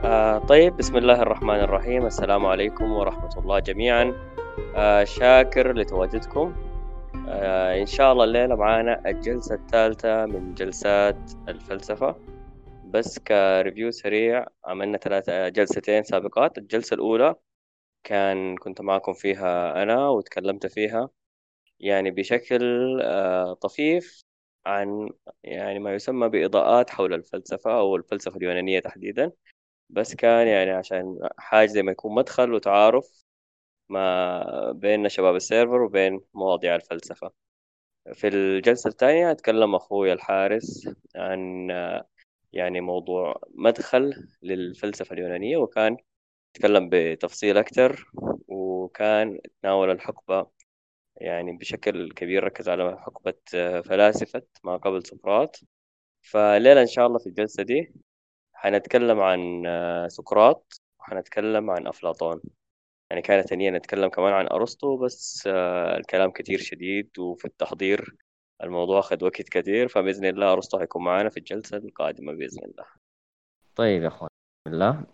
طيب بسم الله الرحمن الرحيم السلام عليكم ورحمة الله جميعا. شاكر لتواجدكم. إن شاء الله الليلة معانا الجلسة الثالثة من جلسات الفلسفة. بس كريفيو سريع عملنا ثلاثة جلستين سابقات. الجلسة الأولى كنت معكم فيها أنا وتكلمت فيها يعني بشكل طفيف عن يعني ما يسمى بإضاءات حول الفلسفة أو الفلسفة اليونانية تحديدا. بس كان يعني عشان حاجة زي ما يكون مدخل وتعارف ما بين شباب السيرفر وبين مواضيع الفلسفة. في الجلسة الثانية أتكلم أخوي الحارس عن يعني موضوع مدخل للفلسفة اليونانية، وكان تكلم بتفصيل أكتر، وكان تناول الحقبة يعني بشكل كبير، ركز على حقبة فلاسفة ما قبل سقراط. فالليلة إن شاء الله في الجلسة دي حنتكلم عن سقراط، وحنتكلم عن أفلاطون. يعني كانت نية نتكلم كمان عن أرسطو، بس الكلام كتير شديد وفي التحضير الموضوع أخذ وقت كتير، فبإذن الله أرسطو هيكون معنا في الجلسة القادمة بإذن الله. طيب يا اخوان، بسم الله.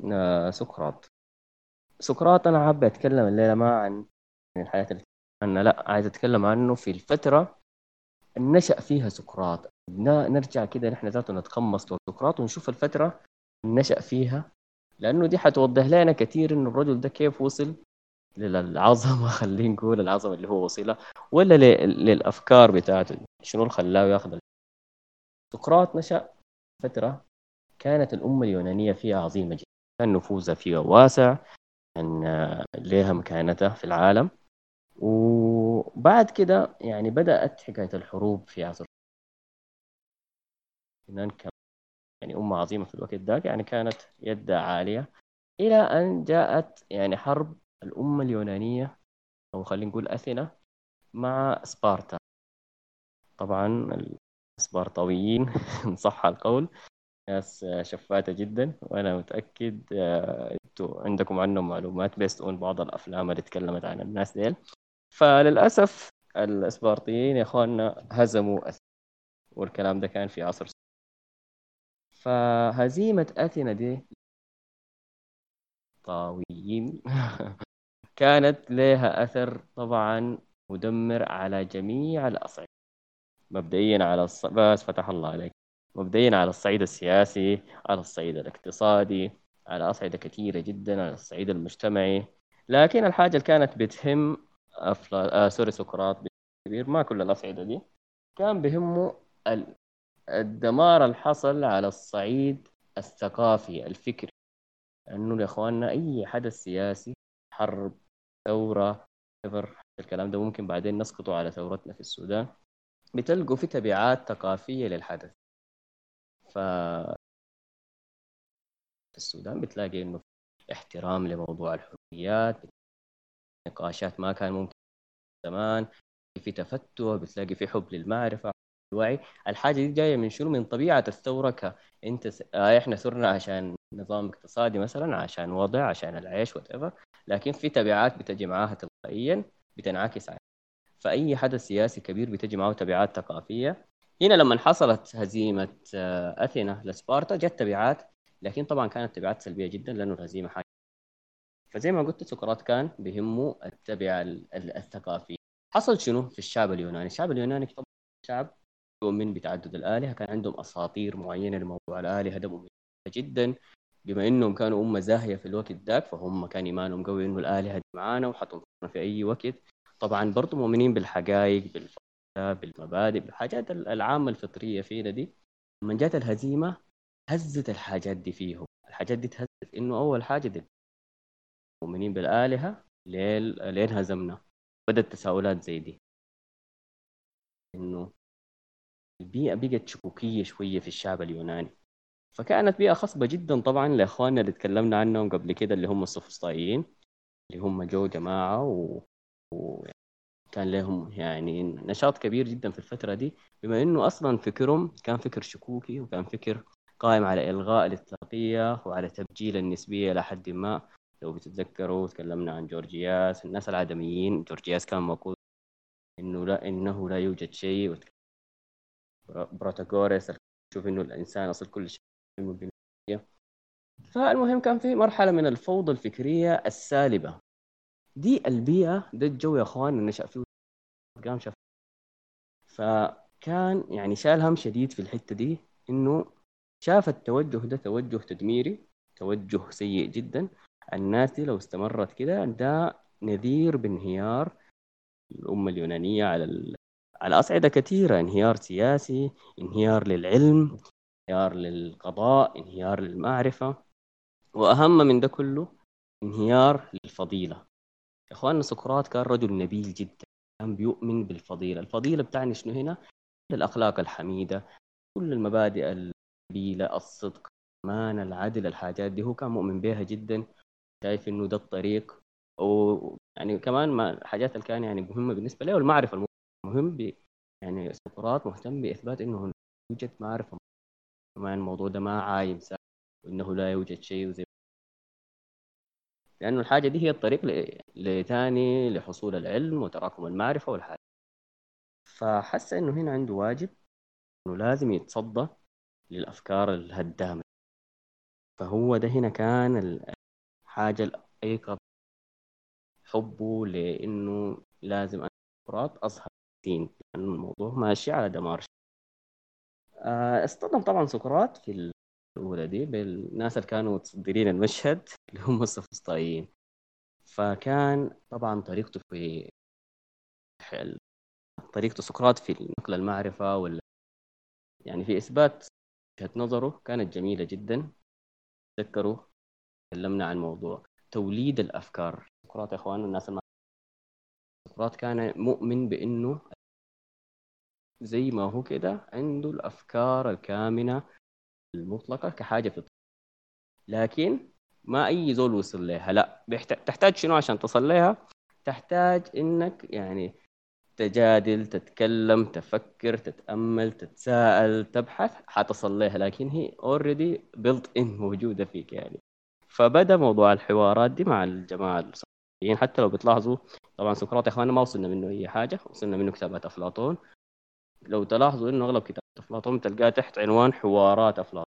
سقراط انا حابب اتكلم الليله ما عن الحياه اللي انا لا عايز اتكلم عنه في الفتره اللي نشأ فيها سقراط. نرجع كده نحن ذاته نتقمص لسقراط ونشوف الفتره اللي نشأ فيها، لانه دي حتوضح لنا كثير انه الرجل ده كيف وصل للعظمه خلينا نقول العظمه اللي هو وصلها، ولا للافكار بتاعته شنو اللي خلاه ياخذ. سقراط نشأ فتره كانت الامه اليونانيه فيها عظيمه جدا، كان نفوذها فيها واسع، كان لها مكانتها في العالم. وبعد كده يعني بدأت حكاية الحروب في عصر اليونان. كان يعني أمة عظيمة في الوقت ذاك، يعني كانت يدها عالية، إلى أن جاءت يعني حرب الأمة اليونانية، أو خلينا نقول أثينا مع سبارتا. طبعا السبارتاويين إن صح القول ناس شفاتة جدا، وأنا متأكد أنتوا عندكم عنهم معلومات بيست أون بعض الأفلام اللي تكلمت عن الناس ديل. فللأسف الإسبارطيين يا أخواننا هزموا والكلام ده كان في عصر فهزيمة أثينا دي طاويين كانت لها أثر طبعا مدمر على جميع الأصعدة. مبدئيا على بس فتح الله عليك. مبدئيا على الصعيد السياسي، على الصعيد الاقتصادي، على أصعدة كثيرة جدا، على الصعيد المجتمعي. لكن الحاجة اللي كانت بتهم سوري سقراط كبير، ما كل الأصعدة دي كان بهمه الدمار الحصل على الصعيد الثقافي الفكري. انه يا اخواننا اي حدث سياسي، حرب، ثوره، الكلام ده ممكن بعدين نسقطه على ثورتنا في السودان، بتلقوا في تبعات ثقافيه للحدث. ففي السودان بتلاقي انه في احترام لموضوع الحريات، نقاشات ما كان ممكن زمان، في تفتح، بتلاقي في حب للمعرفة، الوعي. الحاجة دي جاية من شنو؟ من طبيعة الثورة. انت احنا ثرنا عشان نظام اقتصادي مثلا، عشان وضع، عشان العيش whatever. لكن في تبعات بتجي معاها تلقائيا بتنعكس عليها. فأي حدث سياسي كبير بتجي معه تبعات ثقافية. هنا لما حصلت هزيمة أثينا لسبارتا جت تبعات، لكن طبعا كانت تبعات سلبية جدا لأنه الهزيمة حاجة. فزي ما قلت سقراط كان بهمه التبع الثقافي. حصل شنو في الشعب اليوناني؟ الشعب اليوناني طبعا شعب يؤمن بتعدد الآلهة، كان عندهم أساطير معينة لموضوع الآلهة ده مؤمنين جدا. بما إنهم كانوا أمة زاهية في الوقت ذاك، فهم كان إيمانهم قوي إنه الآلهة دي معانا وحتنصرنا في أي وقت. طبعا برضو مؤمنين بالحقائق، بالفلسفة، بالمبادئ، بالحاجات العامة الفطرية فينا دي. لما جات الهزيمة هزت الحاجات دي فيهم. الحاجات دي تهزت إنه أول حاجة دي مؤمنين بالآلهة لين هزمنا. بدأت تساؤلات زي دي، إنه البيئة بقت شكوكية شوية في الشعب اليوناني. فكانت بيئة خصبة جدا طبعا لإخواننا اللي تكلمنا عنهم قبل كده، اللي هم السوفسطائيين، اللي هم جو جماعة وكان لهم يعني نشاط كبير جدا في الفترة دي. بما إنه أصلا فكرهم كان فكر شكوكي، وكان فكر قائم على إلغاء الإطلاقية وعلى تبجيل النسبية لحد ما. لو بتتذكروا تكلمنا عن جورجياس، الناس العدميين. جورجياس كان مقول إنه لا يوجد شيء. بروتاغوريس شوف إنه الإنسان أصل كل شيء بالنسبة. فالمهم كان في مرحلة من الفوضى الفكرية السالبة. دي البيئة، ده الجو يا اخوان اللي نشأ فيه قام شاف. فكان يعني شال هم شديد في الحتة دي، انه شاف التوجه ده توجه تدميري، توجه سيء جدا. الناس دي لو استمرت كده ده نذير بانهيار الأمة اليونانية على أصعدة كثيرة: انهيار سياسي، انهيار للعلم، انهيار للقضاء، انهيار للمعرفة، وأهم من ده كله انهيار للفضيلة. يا إخواننا سقراط كان رجل نبيل جدا، كان بيؤمن بالفضيلة. الفضيلة بتاعني شنو هنا؟ الأخلاق الحميدة، كل المبادئ النبيلة، الصدق، الأمانة، العدل، الحاجات دي هو كان مؤمن بها جدا، شايف إنه ده الطريق. ويعني كمان ما الحاجات اللي كان يعني مهمة بالنسبة له المعرفة. المهم يعني سقراط مهتم بإثبات إنه يوجد معرفة، كمان الموضوع ده ما عايم سهل، وإنه لا يوجد شيء وزي، لأنه الحاجة دي هي الطريق لتاني لحصول العلم وتراكم المعرفة والحاجة. فحس إنه هنا عنده واجب، إنه لازم يتصدى للأفكار الهدامة. فهو ده هنا كان الحاجة الأيقظ حبه، لأنه لازم أن سقراط أظهر دين، لأن الموضوع ماشي على دمار. اصطدم طبعا سقراط في الأولى دي بالناس اللي كانوا متصدرين المشهد اللي هم السفسطائيين. فكان طبعا طريقة سقراط في نقل المعرفة يعني في إثبات وجهة نظره كانت جميلة جدا. تذكروا تكلمنا عن موضوع توليد الأفكار. سقراط يا إخوان الناس سقراط كان مؤمن بأنه زي ما هو كده عنده الأفكار الكامنة المطلقة كحاجة فطرية، لكن ما أي زول وصل لها. لا، تحتاج شنو عشان تصل لها؟ تحتاج إنك يعني تجادل، تتكلم، تفكر، تتأمل، تتساءل، تبحث، حتصل لها، لكن هي already built in موجودة فيك يعني. فبدأ موضوع الحوارات دي مع الجماعة الصحفيين. حتى لو بتلاحظوا طبعا سقراط يا اخوانا ما وصلنا منه اي حاجة، وصلنا منه كتابات افلاطون. لو تلاحظوا انه اغلب كتابات افلاطون تلقاها تحت عنوان حوارات افلاطون.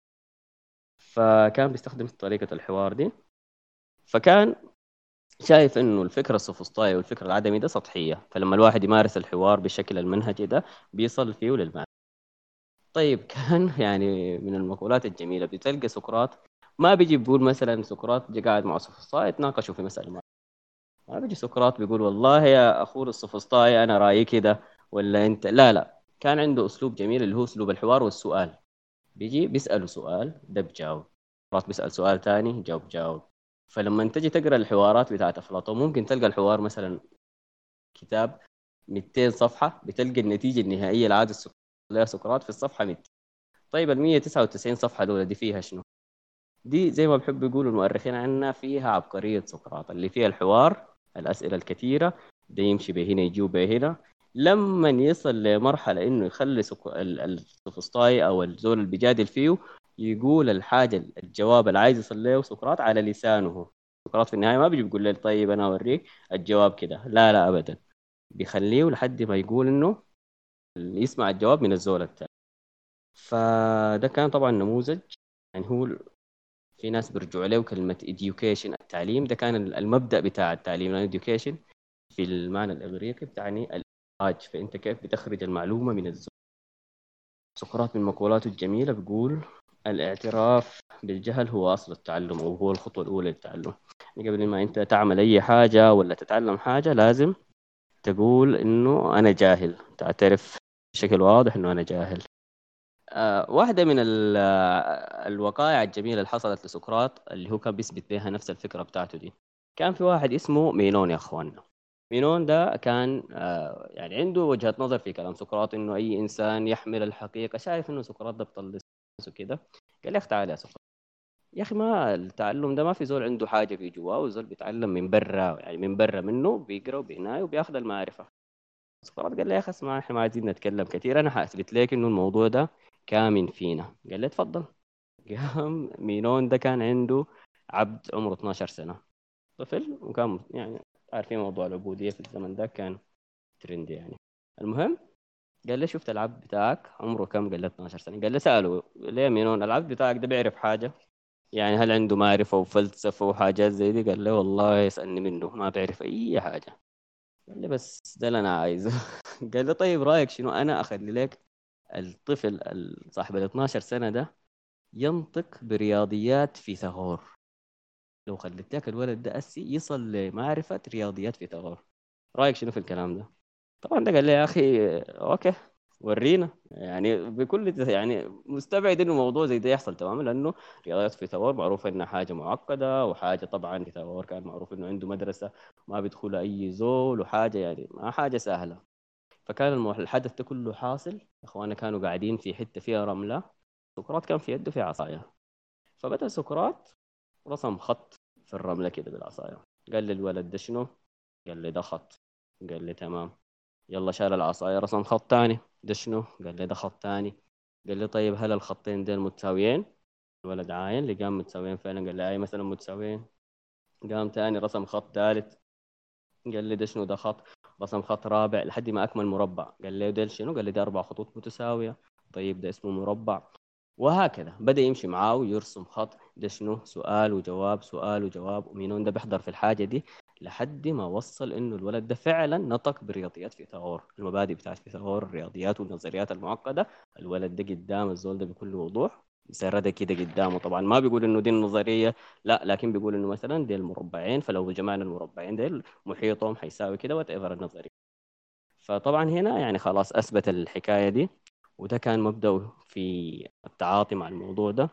فكان بيستخدم طريقة الحوار دي. فكان شايف انه الفكر السوفسطائي والفكر العدمي ده سطحية، فلما الواحد يمارس الحوار بالشكل المنهجي ده بيصل فيه للمعنى. طيب كان يعني من المقولات الجميلة بتلقى سقراط ما بيجي بيقول مثلا سقراط جه قاعد مع سوفسطائي يتناقشوا في مسألة ما بيجي سقراط بيقول والله يا أخو السوفسطائي أنا رأيي كده ولا أنت. لا لا، كان عنده أسلوب جميل اللي هو أسلوب الحوار والسؤال. بيجي بيسأله سؤال ده بجاوب، سقراط بيسأل سؤال تاني جاوب. فلما تجي تقرأ الحوارات بتاعت أفلاطون ممكن تلقى الحوار مثلا كتاب 200 صفحة، بتلقى النتيجة النهائية العادة سقراط في الصفحة 200. طيب ال 199 صفحة دول دي فيها شنو؟ دي زي ما بحب يقولوا المؤرخين عنها فيها عبقرية سقراط، اللي فيها الحوار، الأسئلة الكثيرة، ده يمشي بهنا يجيب بهنا. لما يصل لمرحلة إنه يخلي السوفسطائي أو الزول اللي بيجادل فيه يقول الحاجة الجواب اللي عايز يصل له سقراط على لسانه. سقراط في النهاية ما بيجي بيقول له طيب أنا أوريك الجواب كده، لا لا أبدا، بيخليه لحد ما يقول إنه يسمع الجواب من الزول التاني. فده كان طبعا نموذج. يعني هو في ناس بيرجعوا له كلمة education، التعليم ده كان المبدأ بتاع التعليم. لأن education في المعنى الإغريقي بتعني الإخراج، فأنت كيف بتخرج المعلومة من الزمن. سقراط من مقولاته الجميلة بيقول الاعتراف بالجهل هو أصل التعلم، أو هو الخطوة الأولى للتعلم. يعني قبل ما أنت تعمل أي حاجة ولا تتعلم حاجة لازم تقول إنه أنا جاهل، تعترف بشكل واضح إنه أنا جاهل. واحدة من الوقائع الجميلة اللي حصلت لسقراط اللي هو كان بيثبت بها نفس الفكرة بتاعته دي، كان في واحد اسمه مينون يا اخواننا. مينون ده كان يعني عنده وجهة نظر في كلام سقراط انه اي انسان يحمل الحقيقة. شايف انه سقراط ده بطلس وكده. قال لي يا اخي تعال يا سقراط، يا اخي ما التعلم ده ما في زول عنده حاجة في جواه، وزول بيتعلم من برا، يعني من برا منه بيقرا وبيناي وبياخذ المعرفة. سقراط قال لي يا اخي اسمع، احنا ما عايزين نتكلم كثير، انا حاثبت لك انه الموضوع ده كامن فينا. قال لي اتفضل. قام مينون ده كان عنده عبد عمره 12 سنة، طفل، وكان يعني عارفين موضوع العبودية في الزمن ده كان ترند يعني. المهم قال لي شفت العبد بتاعك عمره كم؟ قال لي 12 سنة. قال لي سأله ليه مينون العبد بتاعك ده بيعرف حاجة؟ يعني هل عنده معرفة وفلسفة وحاجات زي دي؟ قال لي والله يسألني منه ما بيعرف أي حاجة. قال لي بس ده اللي أنا عايزه. قال لي طيب رأيك شنو أنا أخلي لك الطفل صاحب ال 12 سنة ده ينطق برياضيات فيثاغور، لو خليت لك الولد ده أسي يصل لمعرفة رياضيات فيثاغور، رأيك شنو في الكلام ده؟ طبعا ده قال لي يا أخي أوكي ورينا، يعني يعني مستبعد انه موضوع زي ده يحصل تماما، لانه رياضيات فيثاغور معروفه انها حاجه معقده، وحاجه طبعا فيثاغور كان معروف انه عنده مدرسه ما بيدخل اي زول، وحاجه يعني ما حاجه سهله. فكان الحدث ده كله حاصل، اخوانا كانوا قاعدين في حته فيها رمله، سقراط كان في يده في عصايه، فبدأ سقراط رسم خط في الرمله كده بالعصايه. قال للولد ده شنو؟ قال لي ده خط. قال لي تمام. يلا شال العصاية رسم خط تاني. ده شنو؟ قال لي ده خط تاني. قال لي طيب هل الخطين دول متساويين؟ الولد عاين لقام متساويين فعلا، قال لي اي مثلا متساويين. قام تاني رسم خط ثالث. قال لي ده شنو؟ ده خط. رسم خط رابع لحد ما اكمل مربع. قال لي ده شنو؟ قال لي ده اربع خطوط متساوية. طيب ده اسمه مربع. وهكذا بدأ يمشي معاه ويرسم خط. ده شنو؟ سؤال وجواب، سؤال وجواب، ومينون ده بيحضر في الحاجة دي لحد ما وصل انه الولد ده فعلا نطق برياضيات فيثاغور، المبادئ بتاعت فيثاغور، الرياضيات والنظريات المعقدة. الولد ده قدام الزول ده بكل وضوح سردها كده قدامه، طبعا ما بيقول انه دي النظرية، لا، لكن بيقول انه مثلا دي المربعين، فلو جمعنا المربعين دي محيطهم حيساوي كده وات ايفر النظرية. فطبعا هنا يعني خلاص اثبت الحكاية دي، وده كان مبدأه في التعاطي مع الموضوع ده.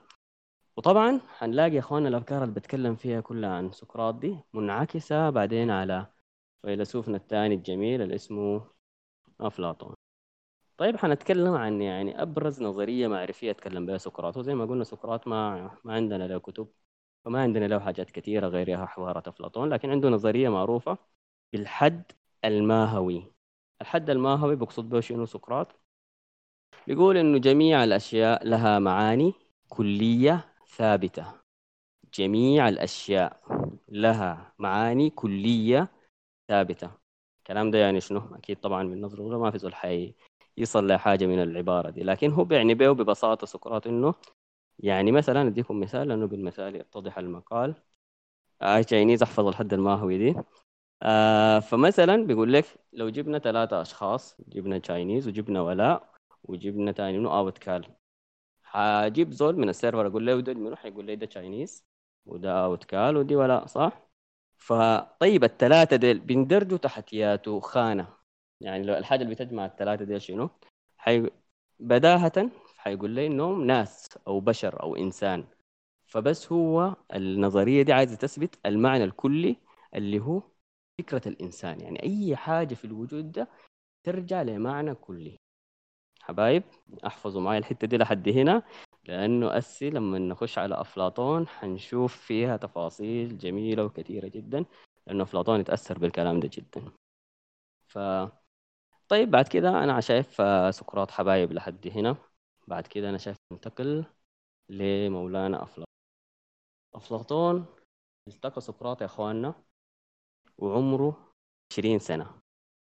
وطبعا هنلاقي يا اخوانا الافكار اللي بتكلم فيها كلها عن سقراط دي منعكسه بعدين على فيلسوفنا الثاني الجميل اللي اسمه افلاطون. طيب حنتكلم عن يعني ابرز نظريه معرفيه تكلم بها سقراط، وزي ما قلنا سقراط ما عندنا له كتب، فما عندنا له حاجات كثيره غيرها حوارات افلاطون، لكن عنده نظريه معروفه بالحد الماهوي. الحد الماهوي بيقصد به شنو سقراط؟ بيقول انه جميع الاشياء لها معاني كليه ثابته. جميع الأشياء لها معاني كلية ثابتة. الكلام ده يعني شنو؟ أكيد طبعا من نظرة أولى ما في زول حي يصل لحاجة من العبارة دي، لكن هو بيعني بيه ببساطة سقراط إنه يعني مثلا أديكم مثال لأنه بالمثال يتضح المقال. تشاينيز أحفظ الحد الماهوي دي. فمثلا بيقول لك لو جبنا ثلاثة أشخاص، جبنا تشاينيز وجبنا ولاء وجبنا تاني منو أوتكال، هجيب زول من السيرفر اقول له ده منو، حيقول لي ده تشاينيز وده اوتكال ودي ولا صح. فطيب الثلاثه ديل بيندرجوا تحت ياتو خانه، يعني لو الحاجه اللي بتجمع الثلاثه ديل شنو، حي... بداهه حيقول لي انهم ناس او بشر او انسان. فبس هو النظريه دي عايزه تثبت المعنى الكلي اللي هو فكره الانسان، يعني اي حاجه في الوجود ده ترجع لمعنى كلي. حبايب احفظوا معي الحتة دي لحد هنا، لأنه أسي لما نخش على أفلاطون حنشوف فيها تفاصيل جميلة وكثيرة جدا، لأنه أفلاطون يتأثر بالكلام ده جدا. ف طيب بعد كده أنا شايف سقراط حبايب لحد هنا. بعد كده أنا شايف ننتقل لمولانا أفلاطون. أفلاطون التقى سقراط يا إخواننا وعمره 20 سنة.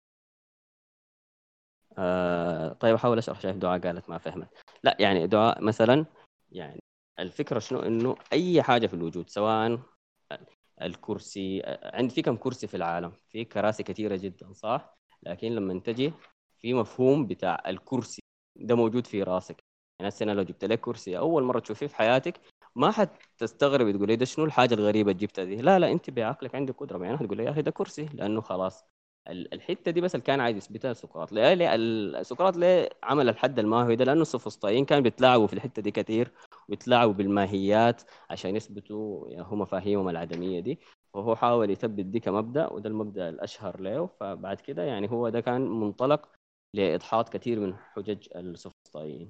طيب أحاول أشرح. شايف دعاء قالت ما فهمت. لا يعني دعاء مثلا، يعني الفكرة شنو إنه أي حاجة في الوجود سواء الكرسي، عندي في كم كرسي في العالم؟ في كراسي كثيرة جدا صح؟ لكن لما تجي في مفهوم بتاع الكرسي ده موجود في راسك. يعني هسه أنا لو جبت لك كرسي أول مرة تشوفيه في حياتك ما حتستغرب تقول لي ده شنو الحاجة الغريبة اللي جبتها دي، لا لا، أنت بعقلك عندك قدرة معينة تقول لي يا أخي ده كرسي، لأنه خلاص الحته دي بس اللي كان عايز يثبتها سقراط. سقراط ليه عمل الحد الماهوي ده؟ لانه السوفسطائيين كانوا بيتلاعبوا في الحته دي كثير، ويتلاعبوا بالماهيات عشان يثبتوا يعني هم مفاهيمهم العدميه دي. وهو حاول يثبت دي كمبدا، وده المبدا الاشهر له. فبعد كده يعني هو ده كان منطلق لادحاض كثير من حجج السوفسطائيين.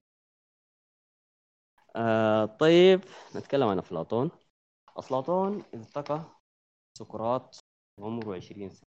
طيب نتكلم عن افلاطون. افلاطون التقى سقراط وعمره 20 سنه.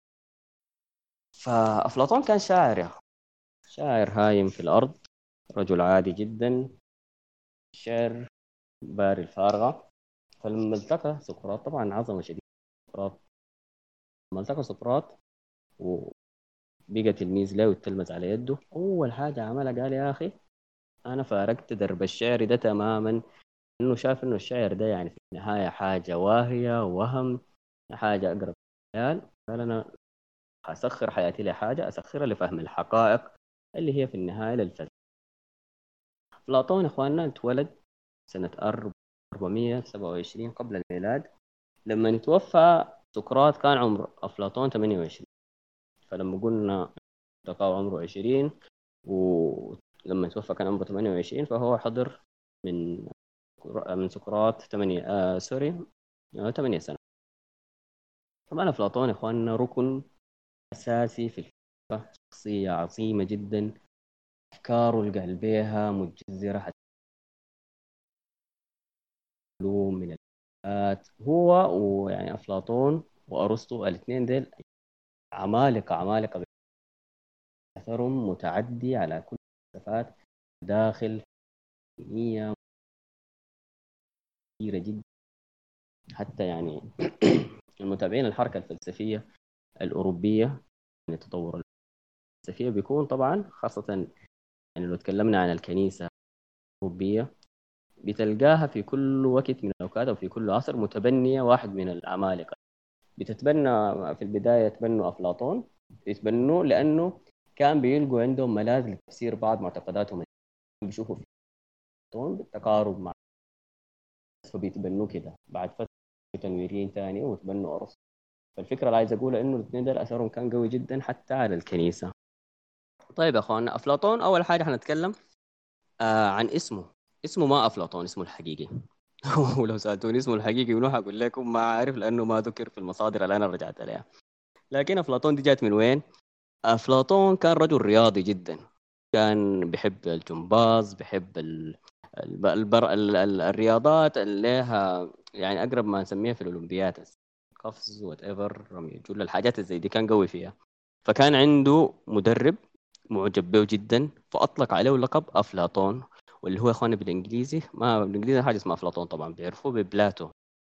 فافلاطون كان شاعر يا أخي. شاعر هايم في الأرض، رجل عادي جدا، شعر باري الفارغة. فلما التقى سقراط طبعا عظمة شديدة. سقراط لما التقى سقراط وبقى تلميذ له والتلمذ على يده، أول حاجة عملها قال يا أخي أنا فارقت درب الشعر ده تماما، إنه شاف إنه الشعر ده يعني في النهاية حاجة واهية وهم، حاجة أقرب للخيال. قال أنا أسخر حياتي لحاجة أسخرها لفهم الحقائق اللي هي في النهاية للفلسفة. أفلاطون يا إخواننا اتولد سنة 427 قبل الميلاد. لما توفى سقراط كان عمر أفلاطون 28. فلما قلنا تقاو عمره 20، ولما توفى كان عمره 28، فهو حضر من سقراط 8 سوري 8 سنة. طبعا أفلاطون يا إخواننا ركن أساسي في الفلسفة، شخصية عظيمة جدا، أفكاره اللي قال بيها متجذرة حتى العلوم من الآلات. هو ويعني أفلاطون وأرسطو الاثنين ديل عمالقة عمالقة، أثرهم متعدي على كل الفلسفات داخل دينية كثيرة جدا. حتى يعني المتابعين الحركة الفلسفية الأوروبية، يعني التطور الفلسفي بيكون طبعا خاصة يعني لو تكلمنا عن الكنيسة الأوروبية، بتلقاها في كل وقت من الأوقات أو في كل عصر متبنية واحد من العمالقة. بتتبنى في البداية يتبنوا أفلاطون، يتبنوه لأنه كان بيلقوا عندهم ملاذ لتفسير بعض معتقداتهم، بيشوفوا في أفلاطون بالتقارب مع، فبيتبنوه كده. بعد فترة تنويريين تاني وتبنوا أرسطو. فالفكرة اللي عايز أقولها إنه الاثنين دول أثرهم كان قوي جدا حتى على الكنيسة. طيب يا أخوانا، أفلاطون أول حاجة حنتكلم عن اسمه. اسمه ما أفلاطون، اسمه الحقيقي. ولو سألتوني اسمه الحقيقي منو حقول لكم ما عارف، لأنه ما ذكر في المصادر اللي أنا رجعت عليها. لكن أفلاطون دي جات من وين؟ أفلاطون كان رجل رياضي جدا، كان بيحب الجمباز، بيحب الرياضات اللي لها يعني أقرب ما نسميها في الأولمبيات، قفز وات ايفر، رمي الجله، الحاجات اللي زي دي كان قوي فيها. فكان عنده مدرب معجب به جدا، فأطلق عليه لقب أفلاطون، واللي هو يا اخواني بالانجليزي، ما بالانجليزي حاجه اسمها افلاطون طبعا بيعرفوه ببلاتو.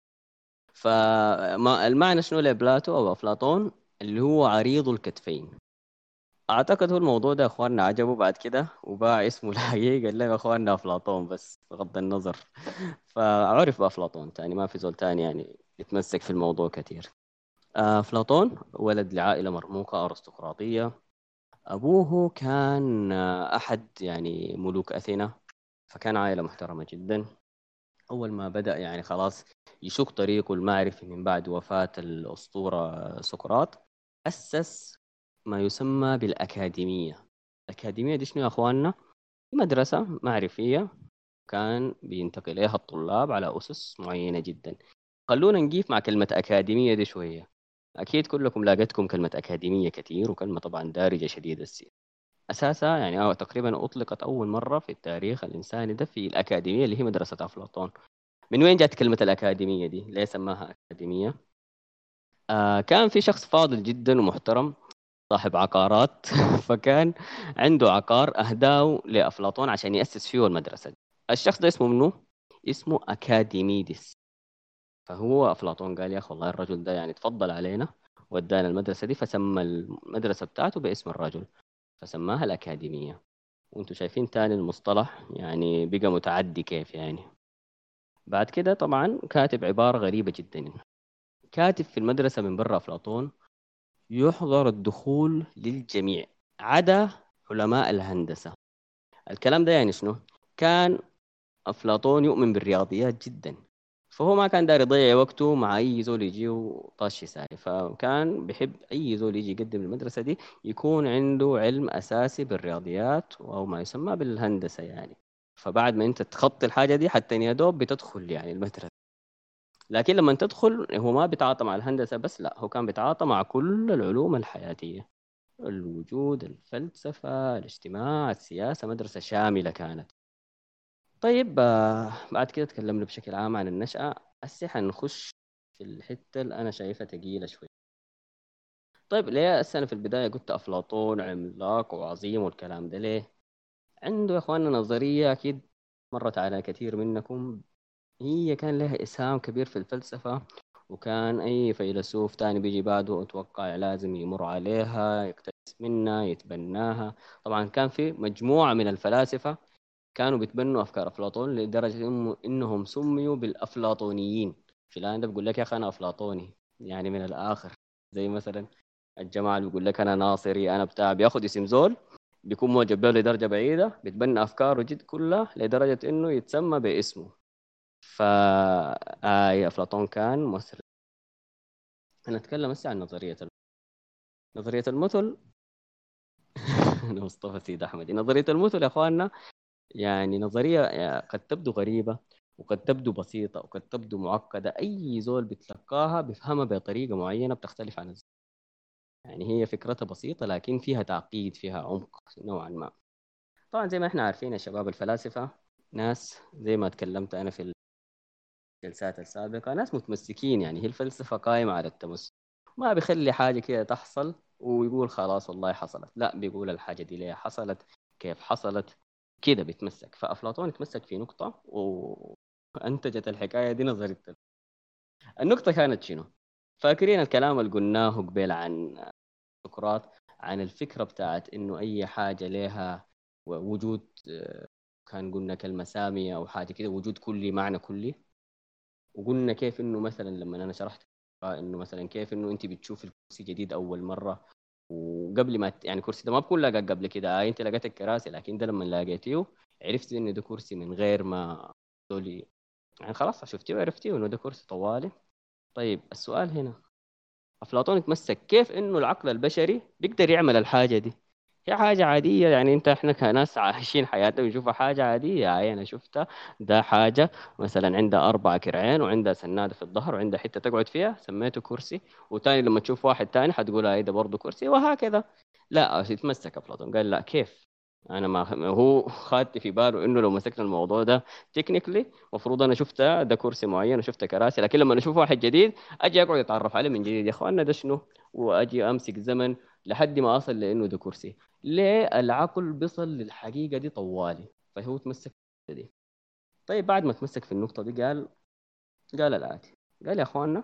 فما المعنى شنو لبلاتو او افلاطون؟ اللي هو عريض الكتفين. اعتقد هو الموضوع ده يا اخواننا عجبه بعد كده وباع اسمه الحقيقي، قال لهم يا اخواننا افلاطون بس بغض النظر. فعرف بافلاطون تاني، ما في زول تاني يعني يتمسك في الموضوع كثير. افلاطون ولد لعائله مرموقه ارستقراطيه. ابوه كان احد يعني ملوك اثينا، فكان عائله محترمه جدا. أول ما بدأ يعني خلاص يشق طريقه المعرفي من بعد وفاة الأسطورة سقراط، أسس ما يسمى بالأكاديمية. الأكاديمية دي شنو يا أخواننا؟ مدرسة معرفية كان بينتقل إليها الطلاب على أسس معينة جدا. خلونا نجيف مع كلمة أكاديمية دي شوية. أكيد كلكم لاقيتكم كلمة أكاديمية كتير، وكلمة طبعا دارجة شديد السير. أساسها يعني تقريبا أطلقت أول مرة في التاريخ الإنساني ده في الأكاديمية اللي هي مدرسة أفلاطون. من وين جات كلمة الأكاديمية دي؟ ليه سماها أكاديمية؟ كان في شخص فاضل جدا ومحترم صاحب عقارات فكان عنده عقار أهداه لأفلاطون عشان يأسس فيه المدرسة دي. الشخص ده اسمه منو؟ اسمه أكاديميدس. فهو أفلاطون قال يا أخي والله الرجل ده يعني تفضل علينا ودانا المدرسة دي، فسمى المدرسة بتاعته باسم الرجل، فسماها الأكاديمية. وانتم شايفين تاني المصطلح يعني بقى متعدي كيف يعني. بعد كده طبعا كاتب عبارة غريبة جدا، كاتب في المدرسة من برا أفلاطون يحظر الدخول للجميع عدا علماء الهندسة. الكلام ده يعني شنو؟ كان أفلاطون يؤمن بالرياضيات جدا، فهو ما كان داير يضيع وقته مع أي زول يجي وطاش يساري، فكان بيحب أي زول يجي يقدم المدرسة دي يكون عنده علم أساسي بالرياضيات أو ما يسمى بالهندسة يعني. فبعد ما أنت تخطي الحاجة دي حتى يا دوب بتدخل يعني المدرسة. لكن لما تدخل هو ما بيتعاطى مع الهندسة بس، لا هو كان بيتعاطى مع كل العلوم الحياتية، الوجود، الفلسفة، الاجتماع، السياسة. مدرسة شاملة كانت. طيب بعد كده تكلمنا بشكل عام عن النشأة. هسه حنخش في الحتة اللي أنا شايفها تقيلة شوي. طيب ليه أنا في البداية قلت أفلاطون عملاق وعظيم والكلام ده؟ ليه؟ عنده يا إخواننا نظرية أكيد مرت على كثير منكم، هي كان لها إسهام كبير في الفلسفة، وكان أي فيلسوف تاني بيجي بعده أتوقع لازم يمر عليها، يقتبس منها، يتبناها. طبعا كان في مجموعة من الفلاسفة كانوا بيتبنوا افكار افلاطون لدرجه انهم سميوا بالافلاطونيين. فلان ده بيقول لك يا اخي انا افلاطوني، يعني من الاخر. زي مثلا الجماعه اللي بيقول لك انا ناصري انا بتاع، بياخد اسم زول بيكون معجب به لدرجه بعيده، بيتبنى افكاره جد كلها لدرجه انه يتسمى باسمه. افلاطون كان مؤثر. انا اتكلم هسه عن نظريه المثل. أنا مصطفى سيد احمد. نظريه المثل يا اخواننا يعني نظريه قد تبدو غريبه، وقد تبدو بسيطه، وقد تبدو معقده. اي زول بيتلقاها بيفهمها بطريقه معينه بتختلف عن الزول. يعني هي فكرتها بسيطه لكن فيها تعقيد، فيها عمق نوعا ما. طبعا زي ما احنا عارفين يا شباب، الفلاسفه ناس زي ما تكلمت انا في الجلسات السابقه، ناس متمسكين. يعني هي الفلسفه قائمه على التمسك، ما بيخلي حاجه كده تحصل ويقول خلاص والله حصلت، لا، بيقول الحاجه دي ليه حصلت، كيف حصلت، كده بيتمسك. فافلاطون اتمسك في نقطه وانتجت الحكايه دي نظريه النقطه كانت شنو؟ فاكرين الكلام اللي قلناه قبل عن سقراط، عن الفكره بتاعت انه اي حاجه لها وجود، كان قلنا كلمه ساميه او حاجه كده، وجود كلي، معنى كلي. وقلنا كيف انه مثلا لما انا شرحت انه مثلا كيف انه انت بتشوف الكرسي جديد اول مره، وقبل ما يعني الكرسي ده ما بكون لقى قبل كده، انت لقيت الكراسي، لكن ده لما لقيتيه عرفت انه ده كرسي من غير ما تقولي، يعني خلاص شفتيه وعرفتيه انه ده كرسي طوالي. طيب السؤال هنا، افلاطون اتمسك كيف انه العقل البشري بيقدر يعمل الحاجه دي؟ هي حاجه عاديه، يعني احنا كناس عايشين حياتنا بنشوفها حاجه عاديه. هاي انا شفتها، ده حاجه مثلا عندها 4 كرعين وعندها سناده في الظهر وعندها حته تقعد فيها، سميته كرسي. وتاني لما تشوف واحد تاني حتقول هاي ده برضه كرسي، وهكذا. لا، يتمسك افلاطون قال لا، كيف؟ انا ما هو خدت في باله انه لو مسكنا الموضوع ده تكنيكلي المفروض انا شفت ده كرسي معين وشفت كراسي، لكن لما اشوف واحد جديد اجي اقعد اتعرف عليه من جديد، يا اخوانا ده شنو، واجي امسك زمن لحد ما اصل لانه ده كرسي. ليه العقل بيصل للحقيقه دي طوالي؟ فهو تمسك في دي. طيب بعد ما تمسك في النقطه دي قال الاتي، قال يا اخوانا،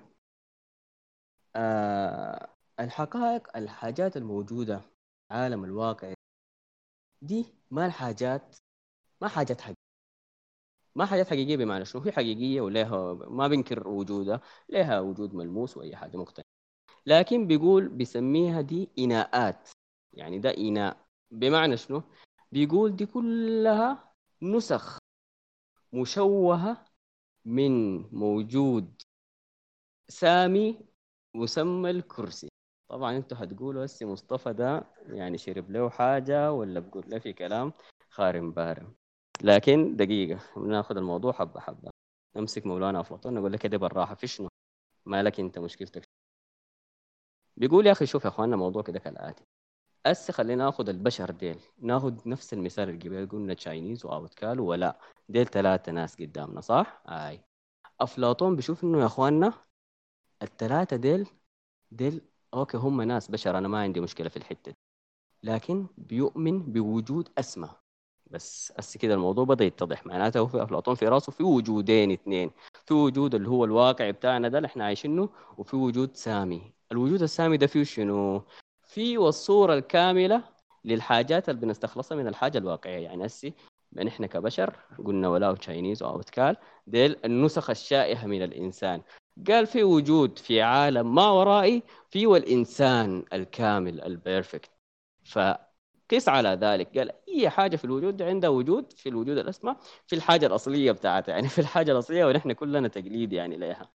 الحقائق، الحاجات الموجوده في العالم الواقع دي ما الحاجات، ما حاجات حقيقية. ما حاجات حقيقية بمعنى شنو؟ هي حقيقية ولها ما بنكر وجودها، لها وجود ملموس وأي حاجة مقتنع، لكن بيقول بيسميها دي إناءات. يعني ده إناء بمعنى شنو؟ بيقول دي كلها نسخ مشوهة من موجود سامي مسمى الكرسي. طبعا انتوا هتقولوا هسه مصطفى ده يعني شرب له حاجة ولا بقول له في كلام خارم بارم. لكن دقيقة بناخذ الموضوع حبة حبة. نمسك مولانا أفلاطون نقول لك كده بالراحة، في شنو؟ مالك انت مشكلتك؟ بيقول يا اخي شوف يا اخواننا، موضوع كده كالآتي. هسه خلينا ناخذ البشر ديل، ناخذ نفس المثال اللي قبل قلنا تشاينيز واوتكال ولا ديل 3 ناس قدامنا، صح؟ افلاطون بيشوف انه يا اخواننا ال3 ديل اوكي هم ناس بشر، انا ما عندي مشكله في الحته دي. لكن بيؤمن بوجود اسمى. بس هسه كده الموضوع بدا يتضح. معناته هو في افلاطون في راسه في وجودين اثنين، في وجود اللي هو الواقع بتاعنا ده اللي احنا عايشينه، وفي وجود سامي. الوجود السامي ده فيه شنو؟ فيه الصوره الكامله للحاجات اللي بنستخلصها من الحاجه الواقعيه. يعني هسه نحن كبشر قلنا ولا تشاينيز او اوتكال ديل النسخ الشائعه من الانسان. قال في وجود في عالم ما ورائي في والإنسان الكامل البيرفكت. فقس على ذلك، قال أي حاجة في الوجود عندها وجود في الوجود الأسمى، في الحاجة الأصلية بتاعتها، يعني في الحاجة الأصلية، ونحن كلنا تقليد يعني لها.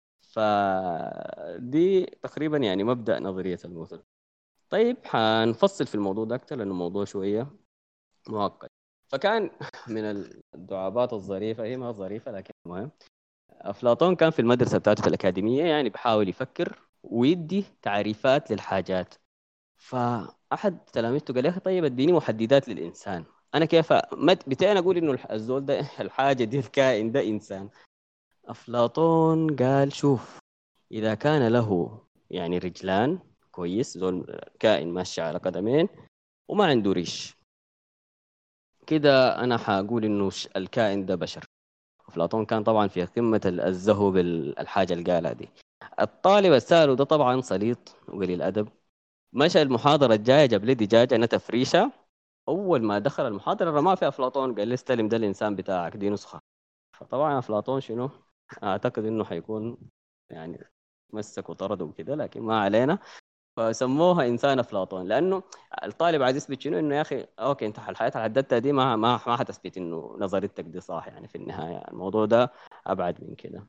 فدي تقريبا يعني مبدأ نظرية المثل. طيب حنفصل في الموضوع ده أكتر لأنه موضوع شوية معقد. فكان من الدعابات الظريفة، هي ما ظريفة لكن مهم، أفلاطون كان في المدرسة بتاعته في الأكاديمية يعني بحاول يفكر ويدي تعريفات للحاجات. فأحد تلاميذه قال يا أخي طيب اديني محددات للإنسان. أنا كيف بتاعي أقول إنه الزول ده الحاجة دي الكائن ده إنسان؟ أفلاطون قال شوف، إذا كان له يعني رجلان، كويس، زول كائن ماشي على قدمين وما عنده ريش، كده أنا حقول إنه الكائن ده بشر. أفلاطون كان طبعا في قمة الزهو بالحاجة اللي قالها دي. الطالب السائل ده طبعا سليط وقليل أدب، مشى المحاضرة الجاية جاب لي دجاجة نتف ريشة اول ما دخل المحاضره رماه في افلاطون، قال لي استلم ده الانسان بتاعك، دي نسخه. فطبعا افلاطون شنو، اعتقد انه حيكون يعني مسك وطرده وكده، لكن ما علينا. فسموها انسان افلاطون، لانه الطالب عايز يثبت شنو، انه يا اخي اوكي انت الحياه اللي حددتها دي ما حتثبت انه نظريتك دي صح، يعني في النهايه الموضوع ده ابعد من كده.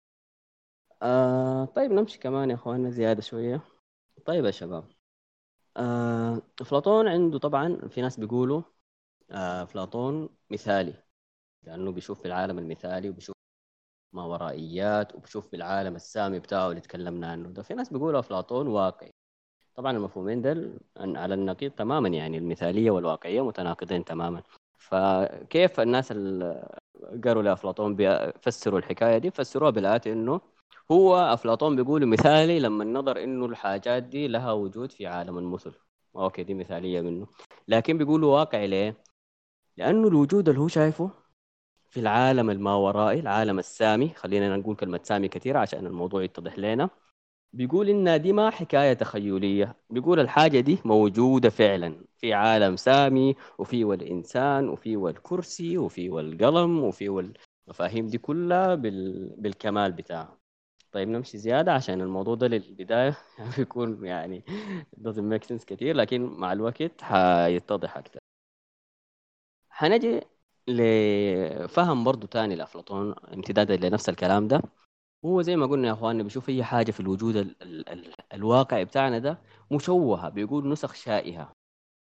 طيب نمشي كمان يا اخواننا زياده شويه. طيب يا شباب، افلاطون عنده طبعا، في ناس بيقولوا افلاطون مثالي، لانه بيشوف في العالم المثالي وبيشوف ما ورائيات وبيشوف في العالم السامي بتاعه اللي تكلمنا عنه ده. في ناس بيقولوا افلاطون واقعي. طبعا المفهومين دل على النقيض تماما، يعني المثالية والواقعية متناقضين تماما. فكيف الناس اللي قالوا لأفلاطون بيفسروا الحكاية دي؟ فسروها بالآتي، إنه هو أفلاطون بيقول مثالي لما نظر إنه الحاجات دي لها وجود في عالم المثل. أوكي دي مثالية منه. لكن بيقولوا واقعي ليه؟ لأنه الوجود اللي هو شايفه في العالم الماورائي، العالم السامي، خلينا نقول كلمة سامي كثيرة عشان الموضوع يتضح لنا. بيقول إن دي ما حكاية تخيلية، بيقول الحاجة دي موجودة فعلا في عالم سامي، وفي والإنسان وفي والكرسي وفي والقلم وفي والمفاهيم دي كلها بالكمال بتاعه. طيب نمشي زيادة عشان الموضوع ده للبداية بيكون يعني doesn't make sense كتير، لكن مع الوقت هيتضح أكتر. هنجي لفهم برضو تاني لأفلاطون امتدادا لنفس الكلام ده. هو زي ما قلنا يا اخواننا بيشوف اي حاجه في الوجود الواقع بتاعنا ده مشوهه، بيقول نسخ شائهه.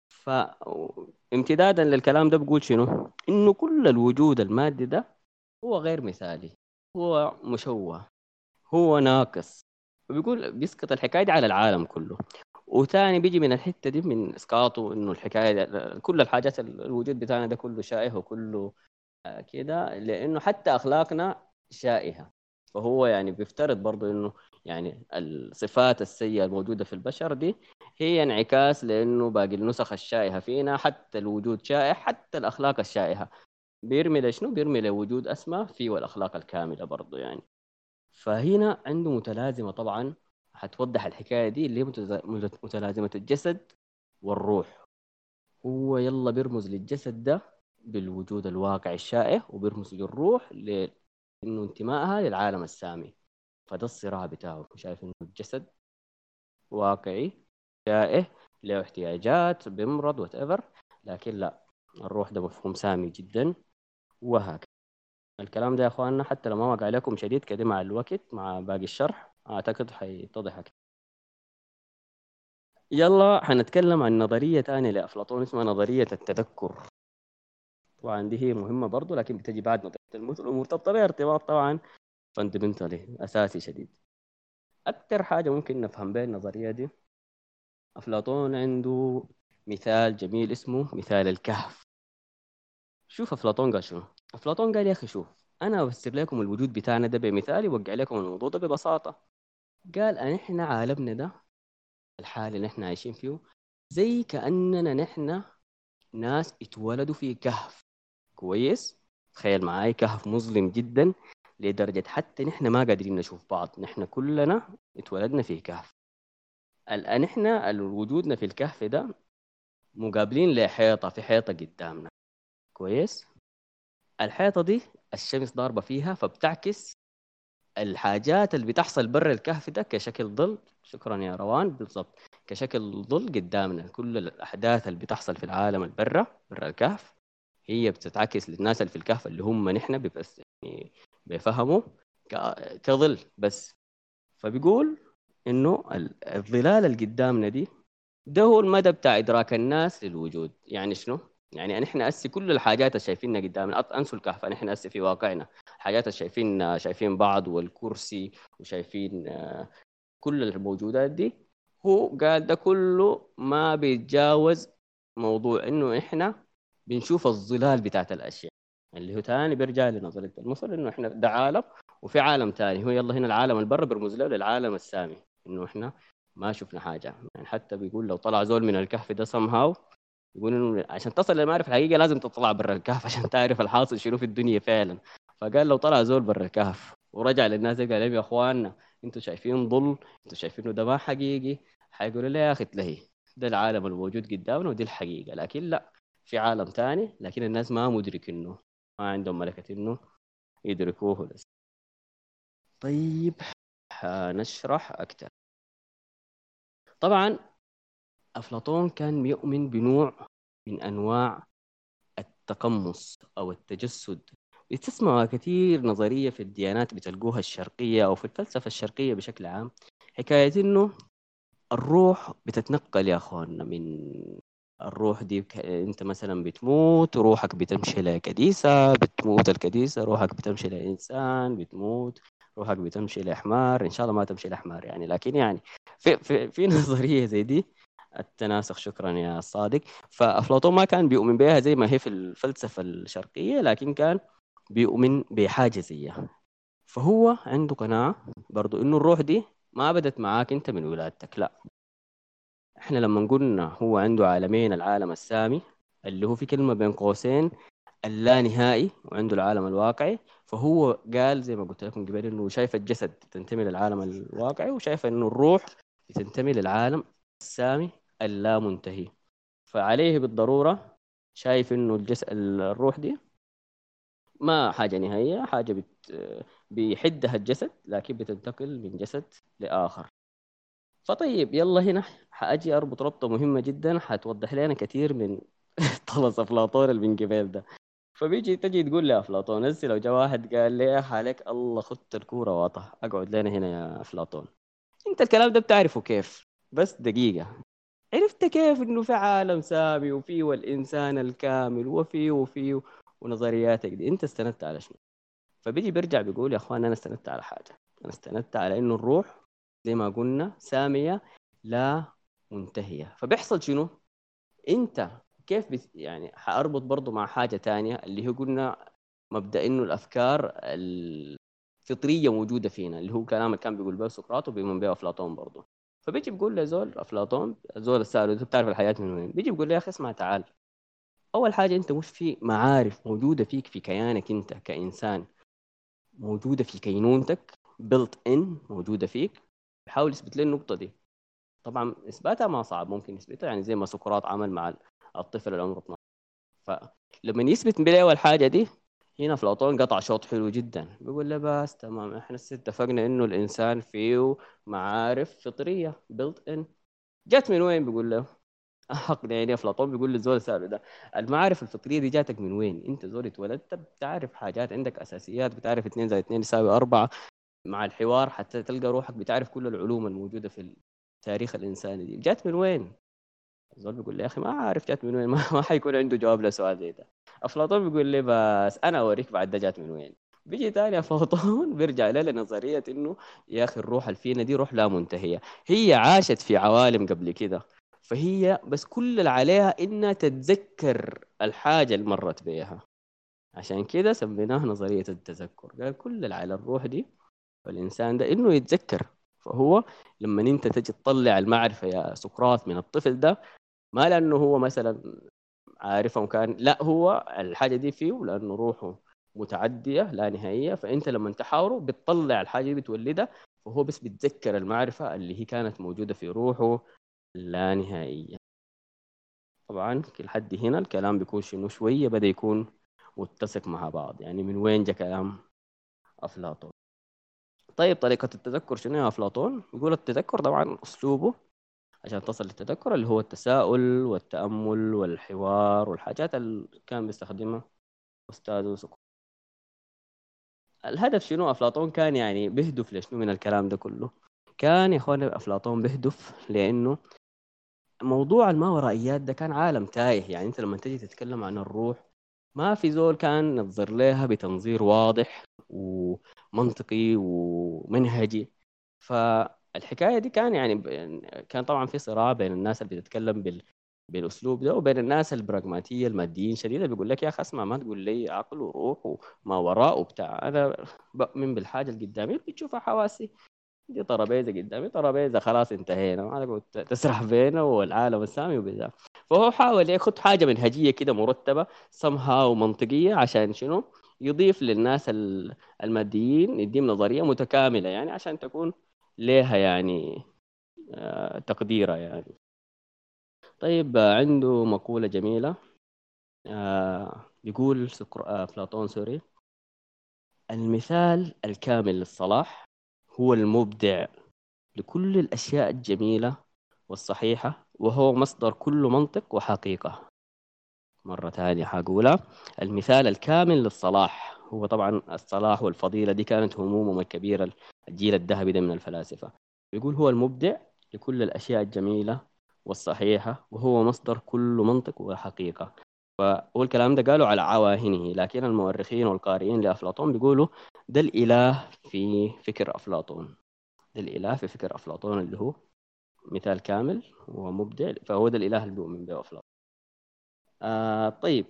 فامتدادا للكلام ده بيقول شنو، انه كل الوجود المادي ده هو غير مثالي، هو مشوه، هو ناقص. وبيقول بيسقط الحكايه دي على العالم كله. وتاني بيجي من الحته دي من اسقاطه انه الحكايه ده كل الحاجات الوجود بتاعنا ده كله شائه وكله كده، لانه حتى اخلاقنا شائهه. فهو يعني بيفترض برضه انه يعني الصفات السيئه الموجوده في البشر دي هي انعكاس لانه باقي النسخ الشائهه فينا، حتى الوجود شائع، حتى الاخلاق الشائهه بيرمي لشنو، بيرمي لوجود اسمى فيه والاخلاق الكامله برضه يعني. فهنا عنده متلازمه طبعا حتوضح الحكايه دي، اللي هي متلازمه الجسد والروح. هو يلا بيرمز للجسد ده بالوجود الواقع الشائع، وبيرمز للروح لانه انتمائها للعالم السامي. فده الصراع بتاعه، شايف انه الجسد واقعي شائع، له احتياجات، بيمرض وات ايفر، لكن لا، الروح ده مفهوم سامي جدا. وهكذا الكلام ده يا اخواننا، حتى لو ما وقع عليكم شديد كده مع الوقت مع باقي الشرح اعتقد حيتضح أكتر. يلا حنتكلم عن نظرية تانية لأفلاطون اسمها نظرية التذكر. طبعا دي هي مهمة برضو، لكن بتجي بعد نظرية المثل ومرتبطة بها ارتباط طبعا فاندمنتالي أساسي شديد. أكتر حاجة ممكن نفهم بها النظرية دي، أفلاطون عنده مثال جميل اسمه مثال الكهف. شوف أفلاطون قال شنو. أفلاطون قال يا أخي شوف، أنا أفسر لكم الوجود بتاعنا ده بمثال يوقع لكم الموضوع ده ببساطة. قال أن إحنا عالمنا ده، الحال اللي إحنا عايشين فيه، زي كأننا نحن ناس اتولدوا في كهف. كويس، تخيل معاي كهف مظلم جدا لدرجة حتى نحن ما قادرين نشوف بعض، نحن كلنا اتولدنا في كهف. الآن احنا وجودنا في الكهف ده مقابلين لحيطة، في حيطة قدامنا. كويس، الحيطة دي الشمس ضاربة فيها فبتعكس الحاجات اللي بتحصل برا الكهف ده كشكل ظل. شكرا يا روان، بالضبط كشكل ظل قدامنا. كل الأحداث اللي بتحصل في العالم البرة، برا الكهف، هي بتتعكس للناس اللي في الكهف اللي هم نحن بس يعني بيفهموا كظل بس. فبيقول انه الظلال اللي قدامنا دي ده هو المدى بتاع ادراك الناس للوجود. يعني شنو؟ يعني نحن اسي كل الحاجات اللي شايفينها قدامنا، انسوا الكهف، نحن اسي في واقعنا الحاجات اللي شايفين بعض والكرسي وشايفين كل الموجودات دي. هو قال ده كله ما بيتجاوز موضوع انه احنا بنشوف الظلال بتاعت الاشياء، اللي هو تاني بيرجع لنظريه المثل انه احنا ده عالم وفي عالم تاني. هو يلا هنا العالم البر بيرمز له للعالم السامي، انه احنا ما شفنا حاجه. يعني حتى بيقول لو طلع زول من الكهف ده somehow، يقول انه عشان تصل للمعرفه الحقيقيه لازم تطلع برا الكهف عشان تعرف الحاصل شنو في الدنيا فعلا. فقال لو طلع زول برا الكهف ورجع للناس دي قال لهم يا اخواننا انتوا شايفين ظل، انتوا شايفينه ده ما حقيقي، حيقولوا لي يا اخي تلهي، ده العالم الموجود قدامنا ودي الحقيقه. لكن لا، في عالم تاني، لكن الناس ما مدرك إنه ما عندهم ملكة إنه يدركوه لسه. طيب نشرح أكثر. طبعا أفلاطون كان يؤمن بنوع من أنواع التقمص أو التجسد. بتسمعوا كثير نظرية في الديانات بتلقوها الشرقية أو في الفلسفة الشرقية بشكل عام، حكاية إنه الروح بتتنقل يا أخوانا من الروح دي أنت مثلا بتموت روحك بتمشي لكنيسة، بتموت الكنيسة روحك بتمشي لإنسان، بتموت روحك بتمشي لحمار، إن شاء الله ما تمشي لحمار يعني، لكن يعني في نظرية زي دي، التناسخ. شكرا يا صادق. فأفلاطون ما كان بيؤمن بها زي ما هي في الفلسفة الشرقية، لكن كان بيؤمن بحاجة زيها. فهو عنده قناعة برضو إنه الروح دي ما بدت معاك أنت من ولادتك، لا. إحنا لما قلنا هو عنده عالمين، العالم السامي اللي هو في كلمة بين قوسين اللانهائي، وعنده العالم الواقعي. فهو قال زي ما قلت لكم قبل إنه شايف الجسد تنتمي للعالم الواقعي، وشايف إنه الروح تنتمي للعالم السامي اللامنتهي. فعليه بالضرورة شايف إنه الروح دي ما حاجة نهائية، حاجة بيحدها الجسد لكن بتنتقل من جسد لآخر. فطيب يلا هنا حأجي أربط ربطة مهمة جدا حتوضح لنا كثير من طلس أفلاطون اللي من قبل ده. تجي تقول لي أفلاطون، هسه لو جاء واحد قال لي يا عليك الله خدت الكورة واطه أقعد لنا هنا يا أفلاطون، أنت الكلام ده بتعرفه كيف؟ بس دقيقة، عرفت كيف إنه في عالم سامي وفيه والإنسان الكامل وفيه ونظرياتك دي أنت استندت على شنو؟ فبيجي بيرجع بيقول يا اخوان انا استندت على حاجه، انا استندت على انه الروح زي ما قلنا ساميه لا منتهيه. فبيحصل شنو؟ انت كيف يعني حاربط برضو مع حاجه تانية اللي هي قلنا مبدا انه الافكار الفطريه موجوده فينا، اللي هو كلام اللي كان بيقول به سقراط وبيؤمن به افلاطون برضو. فبيجي بيقول لزول افلاطون، زول السائل انت بتعرف الحياه من وين؟ بيجي بيقول له يا اخي اسمع تعال، اول حاجه انت مش في معارف موجوده فيك في كيانك انت كانسان، موجودة في كينونتك بلت ان موجودة فيك. بحاول يثبت لي النقطة دي. طبعا إثباتها ما صعب، ممكن يثبتها يعني زي ما سقراط عمل مع الطفل اللي عمره 12. فلما يثبت بلي أول حاجة دي، هنا أفلاطون قطع شوط حلو جدا، بيقول له بس تمام احنا اتفقنا انه الانسان فيه معارف فطرية بلت ان. جات من وين؟ بيقول له حق يعني افلاطون بيقول للزول سأله ده المعارف الفطريه دي جاتك من وين؟ انت زول اتولدت بتعرف حاجات، عندك اساسيات، بتعرف 2 زائد 2 يساوي 4، مع الحوار حتى تلقى روحك بتعرف كل العلوم الموجودة في التاريخ الإنساني دي، جات من وين؟ الزول بيقول لي يا أخي ما عارف جات من وين. ما حيكون عنده جواب لسؤال زي ده. أفلاطون بيقول لي بس أنا أوريك بعد ده جات من وين. بيجي تاني أفلاطون بيرجع له لنظرية إنه يا أخي الروح الفينا دي روح لا منتهية، هي عاشت في عوالم قبل كده، فهي بس كل اللي عليها إنها تتذكر الحاجة اللي مرت بيها، عشان كده سميناها نظرية التذكر. قال كل اللي على الروح دي والإنسان ده إنه يتذكر. فهو لما أنت تجي تطلع المعرفة يا سقراط من الطفل ده، ما لأنه هو مثلا عارفهم كان، لا، هو الحاجة دي فيه لأنه روحه متعدية لا نهائية، فأنت لما تحاوره بتطلع الحاجة دي بتولدها، فهو بس بيتذكر المعرفة اللي هي كانت موجودة في روحه لا نهائية. طبعا كل حد هنا الكلام بيكون شنو شوية بدأ يكون متسق مع بعض، يعني من وين جاء كلام أفلاطون. طيب طريقة التذكر شنو يا أفلاطون؟ يقول التذكر طبعا أسلوبه عشان تصل للتذكر اللي هو التساؤل والتأمل والحوار والحاجات اللي كان بيستخدمها أستاذه سقراط. الهدف شنو أفلاطون كان يعني بيهدف لشنو من الكلام ده كله؟ كان يا أخوانا أفلاطون بيهدف لأنه موضوع الماورائيات ده كان عالم تايه. يعني أنت لما تيجي تتكلم عن الروح ما في زول كان نظر لها بتنظير واضح ومنطقي ومنهجي. فالحكايه دي كان يعني كان طبعا في صراع بين الناس اللي بتتكلم بالاسلوب ده وبين الناس البراغماتيه الماديين شديده، بيقول لك يا اخي اسمع، ما تقول لي عقل وروح وما وراء وبتاع، انا بؤمن بالحاجه اللي قدامي بتشوفها حواسي. دي ترابيزه قدامي، ترابيزه خلاص انتهينا، ما تقعد تسرح بينه والعالم السامي وبتاع. فهو حاول ياخد حاجه منهجيه كده مرتبه somehow منطقيه، عشان شنو؟ يضيف للناس الماديين، يديهم نظريه متكامله يعني عشان تكون ليها يعني تقديرها يعني. طيب عنده مقوله جميله بيقول أفلاطون سوري: المثال الكامل للصلاح هو المبدع لكل الأشياء الجميلة والصحيحة، وهو مصدر كل منطق وحقيقة. مرة ثانية حقولها: المثال الكامل للصلاح، هو طبعا الصلاح والفضيلة دي كانت همومهم الكبيرة الجيل الذهبي ده من الفلاسفة. بيقول هو المبدع لكل الأشياء الجميلة والصحيحة، وهو مصدر كل منطق وحقيقة. فهو الكلام ده قالوا على عواهنه، لكن المؤرخين والقارئين لأفلاطون بيقولوا ده الإله في فكر أفلاطون. ده الإله في فكر أفلاطون اللي هو مثال كامل ومبدع، فهو ده الإله اللي بيؤمن به أفلاطون. طيب،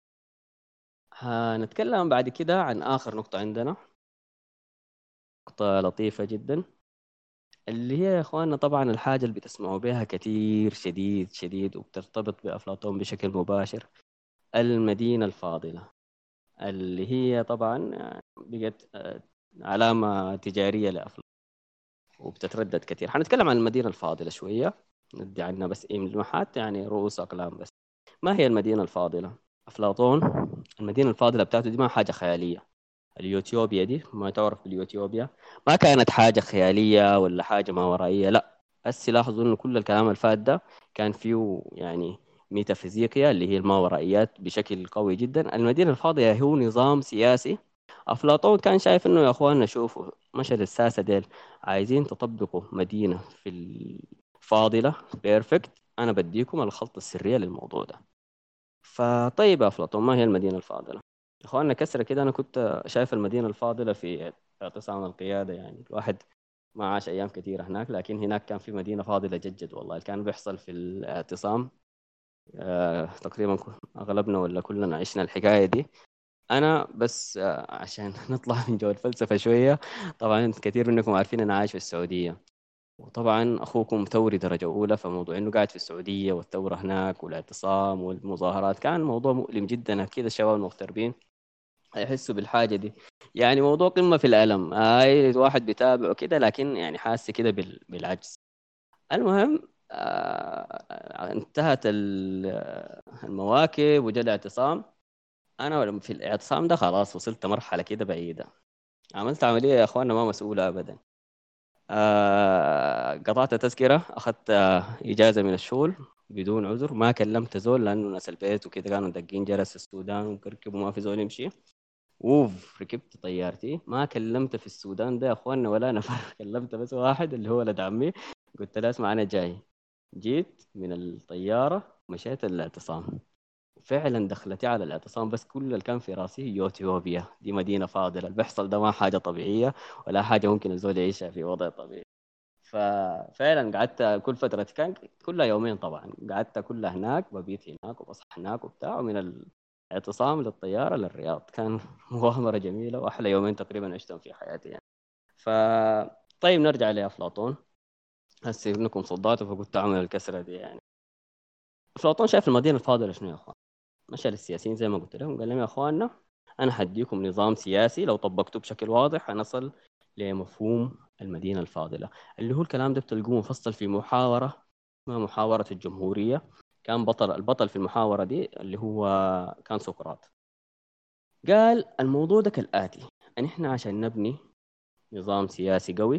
هنتكلم بعد كده عن آخر نقطة عندنا، نقطة لطيفة جدا، اللي هي يا إخواننا طبعا الحاجة اللي بتسمعوا بها كتير شديد شديد وبترتبط بأفلاطون بشكل مباشر: المدينة الفاضلة، اللي هي طبعا بقت علامة تجارية لأفلاطون وبتتردد كثير. حنتكلم عن المدينة الفاضلة شوية، ندي عنها بس إيه ملمحات، يعني رؤوس أقلام بس. ما هي المدينة الفاضلة؟ أفلاطون المدينة الفاضلة بتاعته دي ما حاجة خيالية. اليوتيوبيا دي ما تعرف باليوتيوبيا ما كانت حاجة خيالية ولا حاجة ما ورائية، لا. بس لاحظوا إنه كل الكلام الفات ده كان فيه يعني ميتافيزيقيا اللي هي الماورائيات بشكل قوي جدا. المدينة الفاضلة هو نظام سياسي. أفلاطون كان شايف إنه يا أخواننا شوفوا مشهد الساسة ديل عايزين تطبقوا مدينة في الفاضلة بيرفكت، أنا بديكم الخلطة السرية للموضوع ده. فطيب يا أفلاطون، ما هي المدينة الفاضلة؟ يا اخوانا كسرة كده، انا كنت شايف المدينة الفاضلة في اعتصام القيادة. يعني الواحد ما عاش ايام كثيرة هناك، لكن هناك كان في مدينة فاضلة جد والله. اللي كان بيحصل في الاعتصام تقريبا اغلبنا ولا كلنا عشنا الحكاية دي. انا بس عشان نطلع من جو الفلسفة شوية، طبعا كثير منكم عارفين انا عايش في السعودية، وطبعا اخوكم ثوري درجة اولى، فموضوع انه قاعد في السعودية والثورة هناك والاعتصام والمظاهرات كان موضوع مؤلم جدا. اكيد الشباب المغتربين هيحسوا بالحاجة دي. يعني موضوع قمة في الألم، هاي واحد بيتابع وكده، لكن يعني حاسس كده بالعجز. المهم انتهت المواكب وجاء الاعتصام. أنا في الاعتصام ده خلاص وصلت مرحلة كده بعيدة. عملت عملية يا أخوانا ما مسؤولة أبدا. قطعت تذكرة، أخذت إجازة من الشغل بدون عذر، ما كلمت زول لأنه ناس البيت وكده كانوا دقين جرس السودان وكركبوا ما في زول يمشي. ركبت طيارتي، ما كلمت في السودان ده يا اخوانا ولا نفر. كلمت بس واحد اللي هو ولد عمي، قلت له اسمع انا جاي. جيت من الطياره مشيت الاعتصام، فعلا دخلتي على الاعتصام، بس كل اللي كان في راسي يوتيوبيا دي مدينه فاضله، اللي بيحصل ده ما حاجه طبيعيه ولا حاجه ممكن الزول يعيشها في وضع طبيعي. ففعلا قعدت كل فترة، كان كلها يومين طبعا، قعدت كلها هناك، ببيت هناك وبصحى هناك وبتاع. ومن الاعتصام للطيارة للرياض كان مغامرة جميلة وأحلى يومين تقريبا عشتهم في حياتي يعني. ف طيب نرجع لأفلاطون. هسه ابنكم صداته فقلت أعمل الكسرة دي يعني. أفلاطون شايف المدينة الفاضلة شنو يا أخوان؟ مشى للسياسيين زي ما قلت لهم، قال لهم يا أخواننا أنا حديكم نظام سياسي لو طبقته بشكل واضح هنصل لمفهوم المدينة الفاضلة، اللي هو الكلام ده بتلقوه مفصل في محاورة اسمها محاورة الجمهورية. كان البطل في المحاورة دي اللي هو كان سقراط. قال الموضوع ده كالآتي: أن إحنا عشان نبني نظام سياسي قوي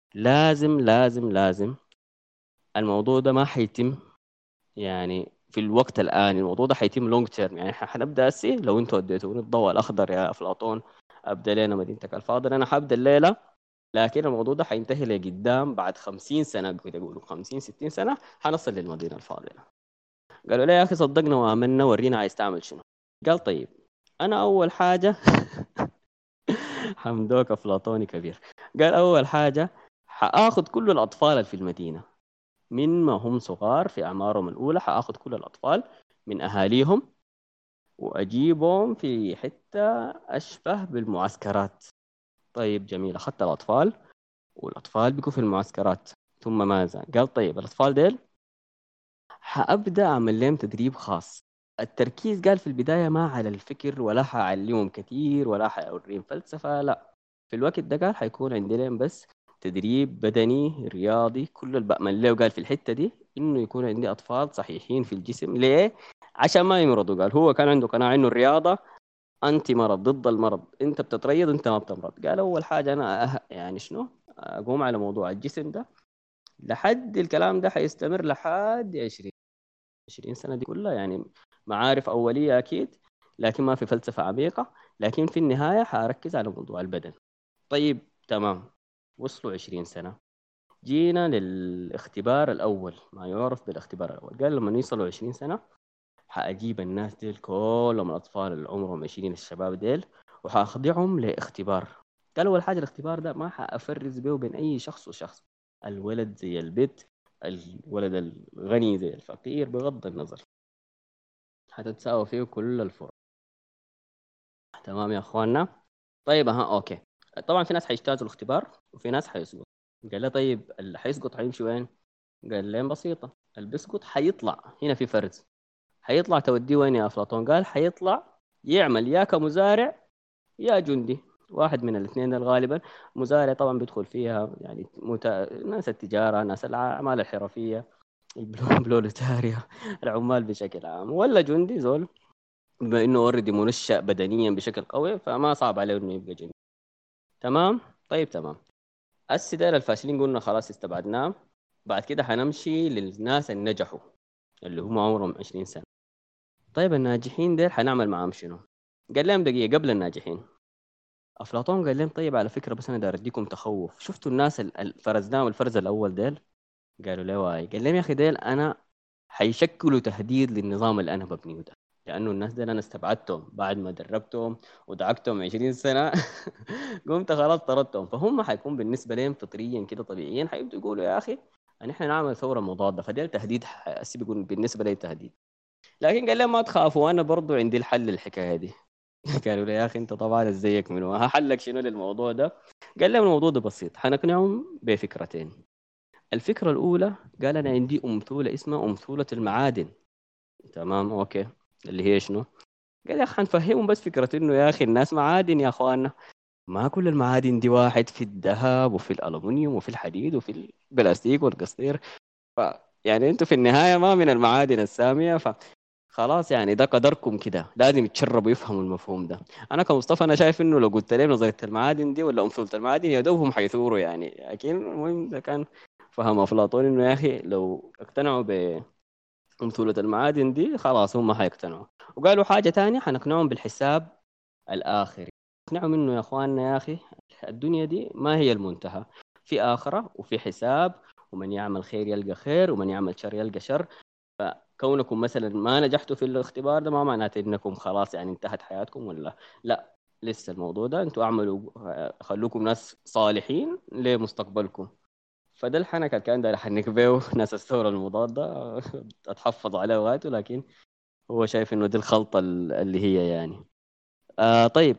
لازم الموضوع ده ما حيتم يعني في الوقت الآن. الموضوع ده حيتم لونج تيرم، يعني إحنا حنبدأ هسي لو أنتوا اديتوني الضوء الأخضر يا أفلاطون أبدأ لنا مدينتك الفاضلة، أنا حبدأ الليلة، لكن الموضوع ده حينتهي لقدام بعد 50 سنة، كده يقولوا 50 60 سنة حنصل للمدينة الفاضلة. قالوا لي يا أخي صدقنا وآمنا، ورينا عايز تعمل شنو. قال طيب أنا أول حاجة حمدوك أفلاطوني كبير. قال أول حاجة حآخذ كل الأطفال اللي في المدينة من ما هم صغار في أعمارهم الأولى، حآخذ كل الأطفال من أهاليهم وأجيبهم في حتة أشبه بالمعسكرات. طيب جميل، أخذت الأطفال والأطفال بقوا في المعسكرات. ثم ماذا؟ قال طيب الأطفال ديل حأبدأ أعمل لهم تدريب خاص. التركيز قال في البداية ما على الفكر ولا حأعلمهم كثير ولا حأوريهم فلسفة، لا. في الوقت ده قال حيكون عندي لهم بس تدريب بدني رياضي. كل اللي بأمل له قال في الحتة دي إنه يكون عندي أطفال صحيحين في الجسم. ليه؟ عشان ما يمرضوا. قال هو كان عنده قناعة إنه الرياضة أنتي مرض، ضد المرض، أنت بتتريض أنت ما بتمرض. قال أول حاجة أنا يعني شنو أقوم على موضوع الجسم ده، لحد الكلام ده حيستمر لحد 20 سنة دي كلها يعني، معارف أولية أكيد لكن ما في فلسفة عميقة، لكن في النهاية حركز على موضوع البدن. طيب تمام، وصلوا 20 سنة، جينا للاختبار الأول، ما يعرف بالاختبار الأول. قال لما يوصلوا 20 سنة حأجيب الناس ديل كلهم، الأطفال اللي عمرهم 20، الشباب ديل، وحأخضعهم لاختبار. قال أول حاجة الاختبار ده ما حأفرز به بين أي شخص وشخص، الولد زي البيت، الولد الغني زي الفقير، بغض النظر حتتساوى فيه كل الفرق. تمام يا اخواننا؟ طيب ها اوكي. طبعا في ناس حيجتازوا الاختبار وفي ناس حيسقط. قال له طيب اللي حيسقط حيمشي وين؟ قال لين بسيطة، اللي بيسقط حيطلع هنا في فرز، حيطلع توديه وين يا افلاطون؟ قال حيطلع يعمل يا كمزارع يا جندي، واحد من الاثنين دول غالبا. مزارع طبعا بيدخل فيها يعني ناس التجارة، ناس الأعمال الحرفية، البلوليتاريا، العمال بشكل عام، ولا جندي زول بما انه اوريدي منشأ بدنيا بشكل قوي فما صعب عليه انه يبقى جندي. تمام. طيب تمام، السدال الفاشلين قلنا خلاص استبعدناه. بعد كده حنمشي للناس اللي نجحوا اللي هم عمرهم 20 سنة. طيب الناجحين ديل حنعمل معاهم شنو؟ قال لهم دقيقة قبل الناجحين، أفلاطون قال لهم طيب على فكرة بس أنا داير أديكم تخوف، شفتوا الناس فرزناهم الفرز الأول ديل؟ قالوا له واي. قال لهم يا أخي ديل أنا حيشكلوا تهديد للنظام اللي أنا ببنيه ده، لأنه الناس دي أنا استبعدتهم بعد ما دربتهم ودعكتهم 20 سنة. قمت خلاص طردتهم، فهم حيكون بالنسبة لهم فطريا كده طبيعيا حيبدوا يقولوا يا أخي أن إحنا نعمل ثورة مضادة، فده تهديد بيكون بالنسبة لي تهديد. لكن قال لهم ما تخافوا أنا برضو عندي الحل للحكاية دي. قالوا له يا أخي أنت طبعا ازيك منو هحلك شنو للموضوع ده؟ قال لهم الموضوع ده بسيط، حنقنعهم بفكرتين. الفكرة الأولى قال أنا عندي أمثولة اسمها أمثولة المعادن. تمام اوكي. اللي هي شنو؟ قال يا اخي نفهمهم بس فكره انه يا اخي الناس معادن يا اخواننا، ما كل المعادن دي واحد، في الذهب وفي الالومنيوم وفي الحديد وفي البلاستيك والقصدير. ف يعني انتوا في النهايه ما من المعادن الساميه، فخلاص يعني ده قدركم كده، لازم يتشربوا يفهموا المفهوم ده. انا كمصطفى انا شايف انه لو قلت لهم نظريه المعادن دي ولا امثله المعادن يا دوبهم حيثوروا يعني، لكن المهم ده كان فهم افلاطون انه يا اخي لو اقتنعوا أمثولة المعادن دي خلاص هم حيقتنعوا. وقالوا حاجة تانية حنقنعهم بالحساب الآخري، نقنعهم إنه يا أخواننا يا أخي الدنيا دي ما هي المنتهى، في آخرة وفي حساب، ومن يعمل خير يلقى خير ومن يعمل شر يلقى شر. فكونكم مثلا ما نجحتوا في الاختبار ده ما معناته إنكم خلاص يعني انتهت حياتكم ولا لا، لسه الموضوع ده انتوا اعملوا، خلوكم ناس صالحين لمستقبلكم. فده الحنكة كان ده حنك بيه ناس الثورة المضادة. اتحفظ عليه وغايته، لكن هو شايف انه دي الخلطة اللي هي يعني طيب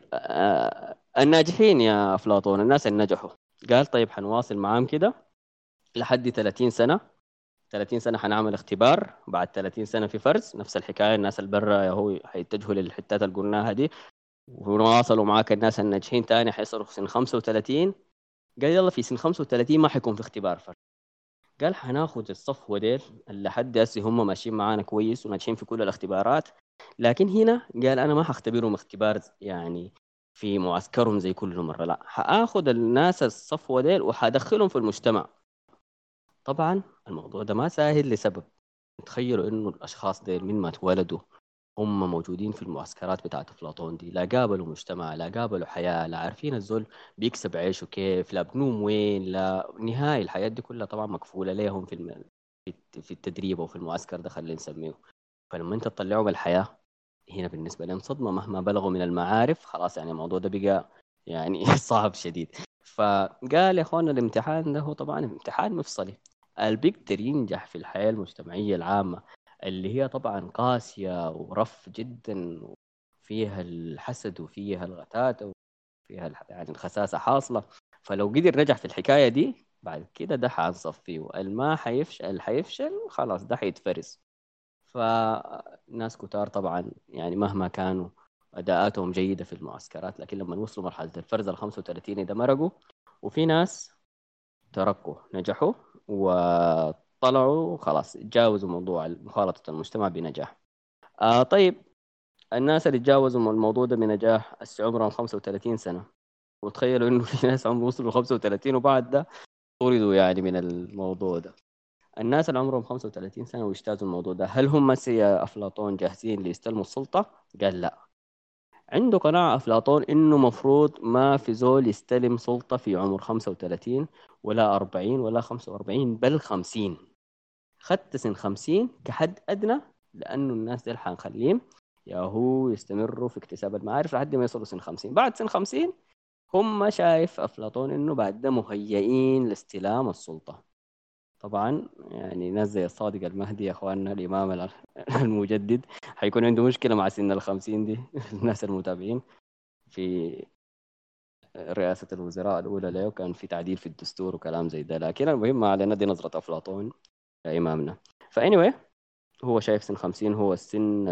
الناجحين يا أفلاطون، الناس اللي نجحوا، قال طيب حنواصل معاهم كده لحد 30 سنة. 30 سنة حنعمل اختبار، بعد 30 سنة في فرز نفس الحكاية، الناس اللي برا هو حيتجهوا للحتات اللي قلناها دي، ونواصلوا معاك الناس الناجحين تاني حيصيروا في سن 35. قال يلا في سن 35 ما حيكون في اختبار فرز. قال حناخد الصفوة ديل اللي لحد هسه هم ماشيين معانا كويس وناجحين في كل الاختبارات، لكن هنا قال انا ما حختبرهم اختبار يعني في معسكرهم زي كل مرة، لا حاخد الناس الصفوة ديل وحدخلهم في المجتمع. طبعا الموضوع ده ما سهل لسبب، تخيلوا انه الاشخاص ديل من ما اتولدوا هم موجودين في المعسكرات بتاعت أفلاطون دي، لا قابلوا مجتمع، لا قابلوا حياة، لا عارفين الزول بيكسب عيشه كيف، لا بنوم وين، لا نهاية الحياة دي كلها طبعا مكفولة لهم في التدريب أو في المعسكر ده خلينا نسميه. فلما أنت تطلعهم الحياة هنا بالنسبة لهم صدمة، مهما بلغوا من المعارف خلاص يعني الموضوع ده بقى يعني صعب شديد. فقال يا اخوانا الامتحان ده هو طبعا امتحان مفصلي، اللي بيقدر ينجح في الحياة المجتمعية العامة اللي هي طبعا قاسية ورف جدا، وفيها الحسد وفيها الغتاتة وفيها يعني الخساسة حاصلة، فلو قدر نجح في الحكاية دي بعد كده ده حنصفيه، الما حيفشل، اللي حيفشل خلاص ده حيتفرس. فناس كتار طبعا يعني مهما كانوا أداءاتهم جيدة في المعسكرات، لكن لما وصلوا مرحلة الفرز ال 35 ده مرقوا، وفي ناس تركوا نجحوا وطلعوا خلاص تجاوزوا موضوع مخالطة المجتمع بنجاح. طيب، الناس اللي تجاوزوا من الموضوع ده بنجاح عمرهم 35 سنة، وتخيلوا إنه في ناس عمرهم وصلوا 35 وبعد ده طردوا يعني من الموضوع ده. الناس اللي عمرهم 35 سنة واجتازوا الموضوع ده، هل هم يا أفلاطون جاهزين ليستلموا السلطة؟ قال لا. عنده قناعة أفلاطون إنه مفروض ما في زول يستلم سلطة في عمر 35 ولا 40 ولا 45 بل 50. خدت سن 50 كحد أدنى، لأنه الناس دي حنخليهم يا هو يستمروا في اكتساب المعارف لحد ما يوصلوا سن 50. بعد سن 50 هم شايف أفلاطون إنه بعد ده مهيئين لاستلام السلطة. طبعا يعني ناس زي الصادق المهدي يا اخواننا الامام المجدد حيكون عنده مشكله مع سن الخمسين دي. الناس المتابعين في رئاسه الوزراء الاولى له كان في تعديل في الدستور وكلام زي ده، لكن المهم ما علينا، دي نظره افلاطون يا امامنا. فاني هو شايف سن 50 هو السن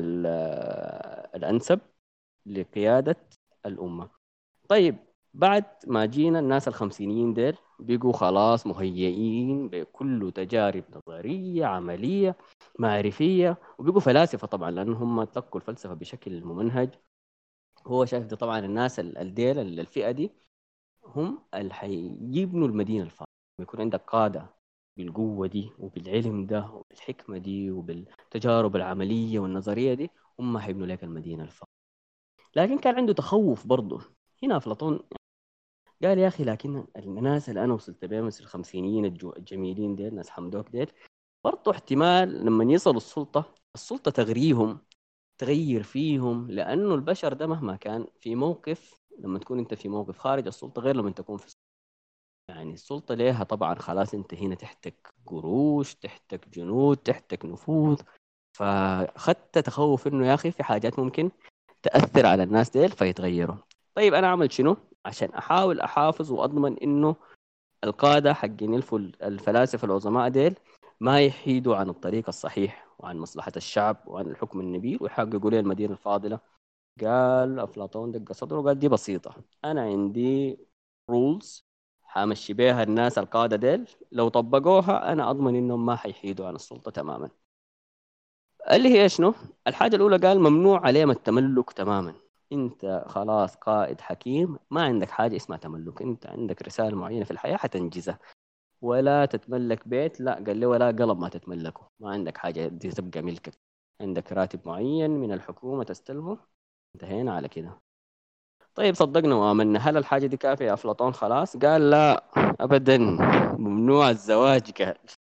الانسب لقياده الامه. طيب، بعد ما جينا الناس الخمسينيين ديل بيقوا خلاص مهيئين بكل تجارب نظرية عملية معرفية، وبيقوا فلاسفة طبعا لأنهم تلقوا الفلسفة بشكل ممنهج. هو شايف ده طبعا الناس الديل الفئة دي هم اللي حيبنوا المدينة الفاضلة. بيكون عندك قادة بالقوة دي وبالعلم ده وبالحكمة دي وبالتجارب العملية والنظرية دي، هم حيبنوا لك المدينة الفاضلة. لكن كان عنده تخوف برضه. هنا أفلاطون قال يا أخي لكن الناس اللي أنا وصلت بهم مثل الخمسينيين الجميلين ديل، ناس حمدوك ديل، برضو احتمال لما يصلوا السلطة تغريهم، تغير فيهم، لأنه البشر ده مهما كان في موقف، لما تكون أنت في موقف خارج السلطة غير لما تكون في السلطة. يعني السلطة ليها طبعا خلاص، أنت هنا تحتك قروش، تحتك جنود، تحتك نفوذ. فخدت تخوف إنه يا أخي في حاجات ممكن تأثر على الناس ديل فيتغيروا. طيب أنا أعمل شنو عشان أحاول أحافظ وأضمن إنه القادة حقين الفلاسفة العظماء ديل ما يحيدوا عن الطريق الصحيح وعن مصلحة الشعب وعن الحكم النبيل ويحققوا لي المدينة الفاضلة؟ قال أفلاطون دق صدره وقال دي بسيطة، أنا عندي رولز حامشي بيها الناس القادة ديل، لو طبقوها أنا أضمن إنهم ما حيحيدوا عن السلطة تماما. اللي هي شنو؟ الحاجة الأولى قال ممنوع عليهم التملك تماما. أنت خلاص قائد حكيم، ما عندك حاجة اسمها تملك، أنت عندك رسالة معينة في الحياة حتنجزها. ولا تتملك بيت، لا قال لي، ولا قلم ما تتملكه، ما عندك حاجة دي تبقى ملكك. عندك راتب معين من الحكومة تستلمه، انتهينا على كده. طيب صدقنا وآمنا، هل الحاجة دي كافية يا أفلاطون خلاص؟ قال لا أبدا، ممنوع الزواج. قال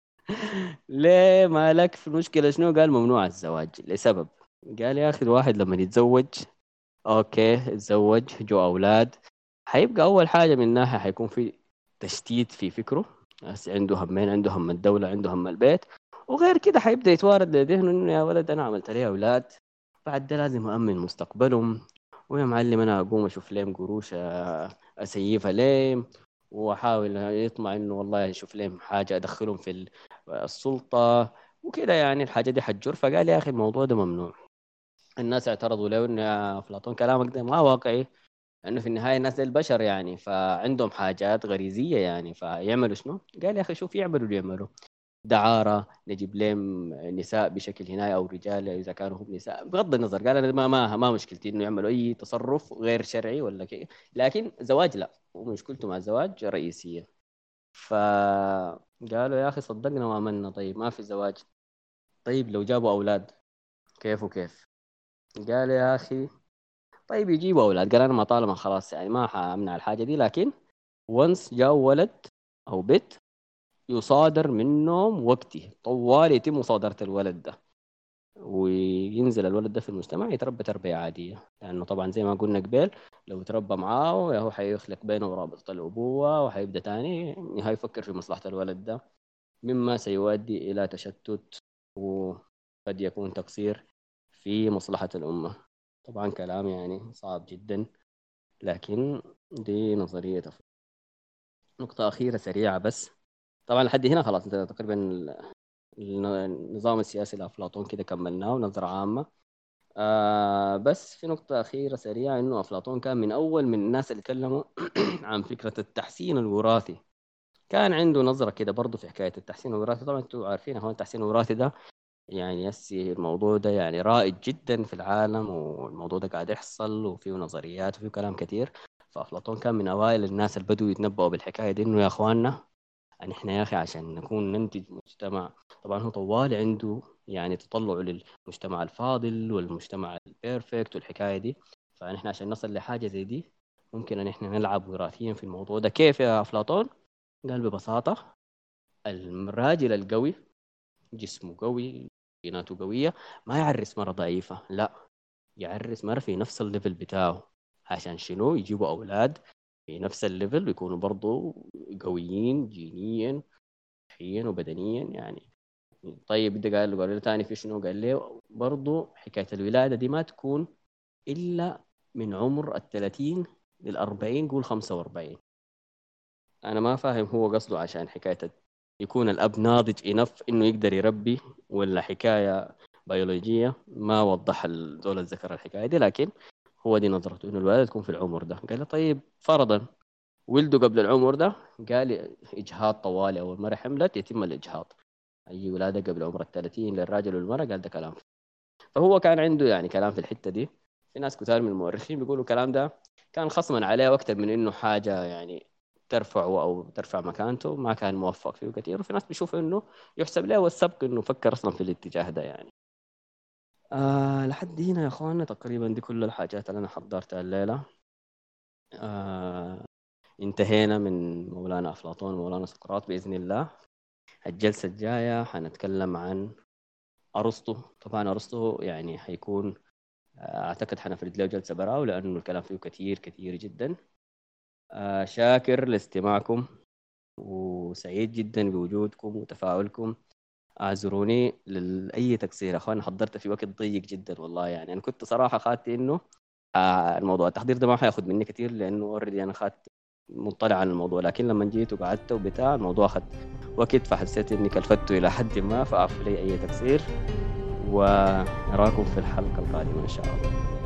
ليه مالك في مشكلة شنو؟ قال ممنوع الزواج لسبب. قال يا أخي الواحد لما يتزوج، أوكي اتزوج جو أولاد، حيبقى أول حاجة من ناحية حيكون في تشتيت في فكره. بس عنده همين، عنده هم الدولة، عنده هم البيت، وغير كده حيبدأ يتوارد لذهنه إنه يا ولد أنا عملت لي أولاد، بعد ده لازم أأمن مستقبلهم، ويا معلم أنا أقوم أشوف لهم قروش أسيفها لهم، وأحاول يطمع إنه والله أشوف لهم حاجة أدخلهم في السلطة وكده. يعني الحاجة دي حتجر. فقال يا أخي الموضوع ده ممنوع. الناس اعترضوا له إنه يا أفلاطون كلامك ده ما واقعي، لانه في النهايه الناس دي البشر يعني، فعندهم حاجات غريزيه يعني، فيعملوا شنو؟ قال يا اخي شوف يعملوا اللي يعملوا، دعاره، نجيب لهم نساء بشكل هنا او رجال اذا كانوا هم نساء، بغض النظر. قال انا ما مشكلتي انه يعملوا اي تصرف غير شرعي ولا كده، لكن زواج لا، ومشكلته مع الزواج رئيسيه. فقالوا يا اخي صدقنا وامنا، طيب ما في زواج، طيب لو جابوا اولاد كيف وكيف؟ قال يا اخي طيب يجيبوا اولاد. قال انا ما طالما خلاص يعني ما حامنع الحاجه دي، لكن وانس جاء ولد او بنت يصادر منهم وقتي طوال، يتم مصادرة الولد ده وينزل الولد ده في المجتمع يتربى تربية عادية، لأنه طبعا زي ما قلنا قبل، لو تربى معاه هو حيخلق بينه رابطة الأبوة وحيبدأ تاني نهاية يفكر في مصلحة الولد ده، مما سيؤدي إلى تشتت وقد يكون تقصير في مصلحة الأمة. طبعا كلام يعني صعب جدا، لكن دي نظرية نقطة أخيرة سريعة بس. طبعا لحد هنا خلاص انت تقريبا النظام السياسي لأفلاطون كده كملناه ونظرة عامة. بس في نقطة أخيرة سريعة، إنه أفلاطون كان من أول من الناس اللي تكلموا عن فكرة التحسين الوراثي. كان عنده نظرة كده برضه في حكاية التحسين الوراثي. طبعا انتوا عارفين هو التحسين الوراثي ده يعني يسي الموضوع ده يعني رائج جدا في العالم، والموضوع ده قاعد يحصل وفيه نظريات وفيه كلام كتير. فأفلاطون كان من أوائل الناس اللي بدوا يتنبؤوا بالحكاية دي، إنه يا إخواننا يعني إحنا يا أخي عشان نكون ننتج مجتمع، طبعا هو طوالي عنده يعني تطلع للمجتمع الفاضل والمجتمع البيرفكت والحكاية دي. فنحن عشان نصل لحاجة زي دي ممكن أن إحنا نلعب وراثيا في الموضوع ده. كيف يا أفلاطون؟ قال ببساطة الراجل القوي جسمه قوي، جيناته قوية، ما يعرس مرة ضعيفة، لا، يعرس مرة في نفس الليفل بتاعه. عشان شنو؟ يجيبوا أولاد في نفس الليفل ويكونوا برضو قويين جينيا صحيا وبدنيا يعني. طيب ده قال له تاني في شنو؟ قال له برضو حكاية الولادة دي ما تكون إلا من عمر 30 لل40، قول 45. أنا ما فاهم هو قصده عشان حكاية يكون الأب ناضج إنف إنه يقدر يربي، ولا حكاية بيولوجية ما وضح دول الذكر الحكاية دي. لكن هو دي نظرته إنه الولد يكون في العمر ده. قال له طيب فرضا ولده قبل العمر ده، قال إجهاض طوالي أو المرأة حملت يتم الإجهاض. أي ولادة قبل عمر 30 للراجل والمرأة، قال ده كلام. فهو كان عنده يعني كلام في الحتة دي. في ناس كتار من المؤرخين بيقولوا الكلام ده كان خصما عليه أكثر من إنه حاجة يعني ترفعه أو ترفع مكانته، ما كان موفق فيه كثير. وفي ناس بيشوفوا إنه يحسب له والسبق إنه فكر أصلا في الاتجاه ده يعني. لحد هنا يا أخوانا تقريبا دي كل الحاجات اللي أنا حضرتها الليلة. آه انتهينا من مولانا أفلاطون ومولانا سقراط بإذن الله. الجلسة الجاية حنتكلم عن أرسطو. طبعا أرسطو يعني حيكون أعتقد حنفرد له جلسة براو لأنه الكلام فيه كثير كثير جدا. شاكر لاستماعكم وسعيد جدا بوجودكم وتفاعلكم. اعذروني لأي تقصير أخوان، حضرت في وقت ضيق جدا والله. يعني أنا كنت صراحة خدت إنه الموضوع التحضير ده ما حياخد مني كثير، لأنه اوريدي أنا خدت مطلع عن الموضوع. لكن لما جيت وقعدت وبتاع الموضوع أخذ وقت، فحسيت إني كلفت إلى حد ما، فأعفو لي أي تقصير. ونراكم في الحلقة القادمة إن شاء الله.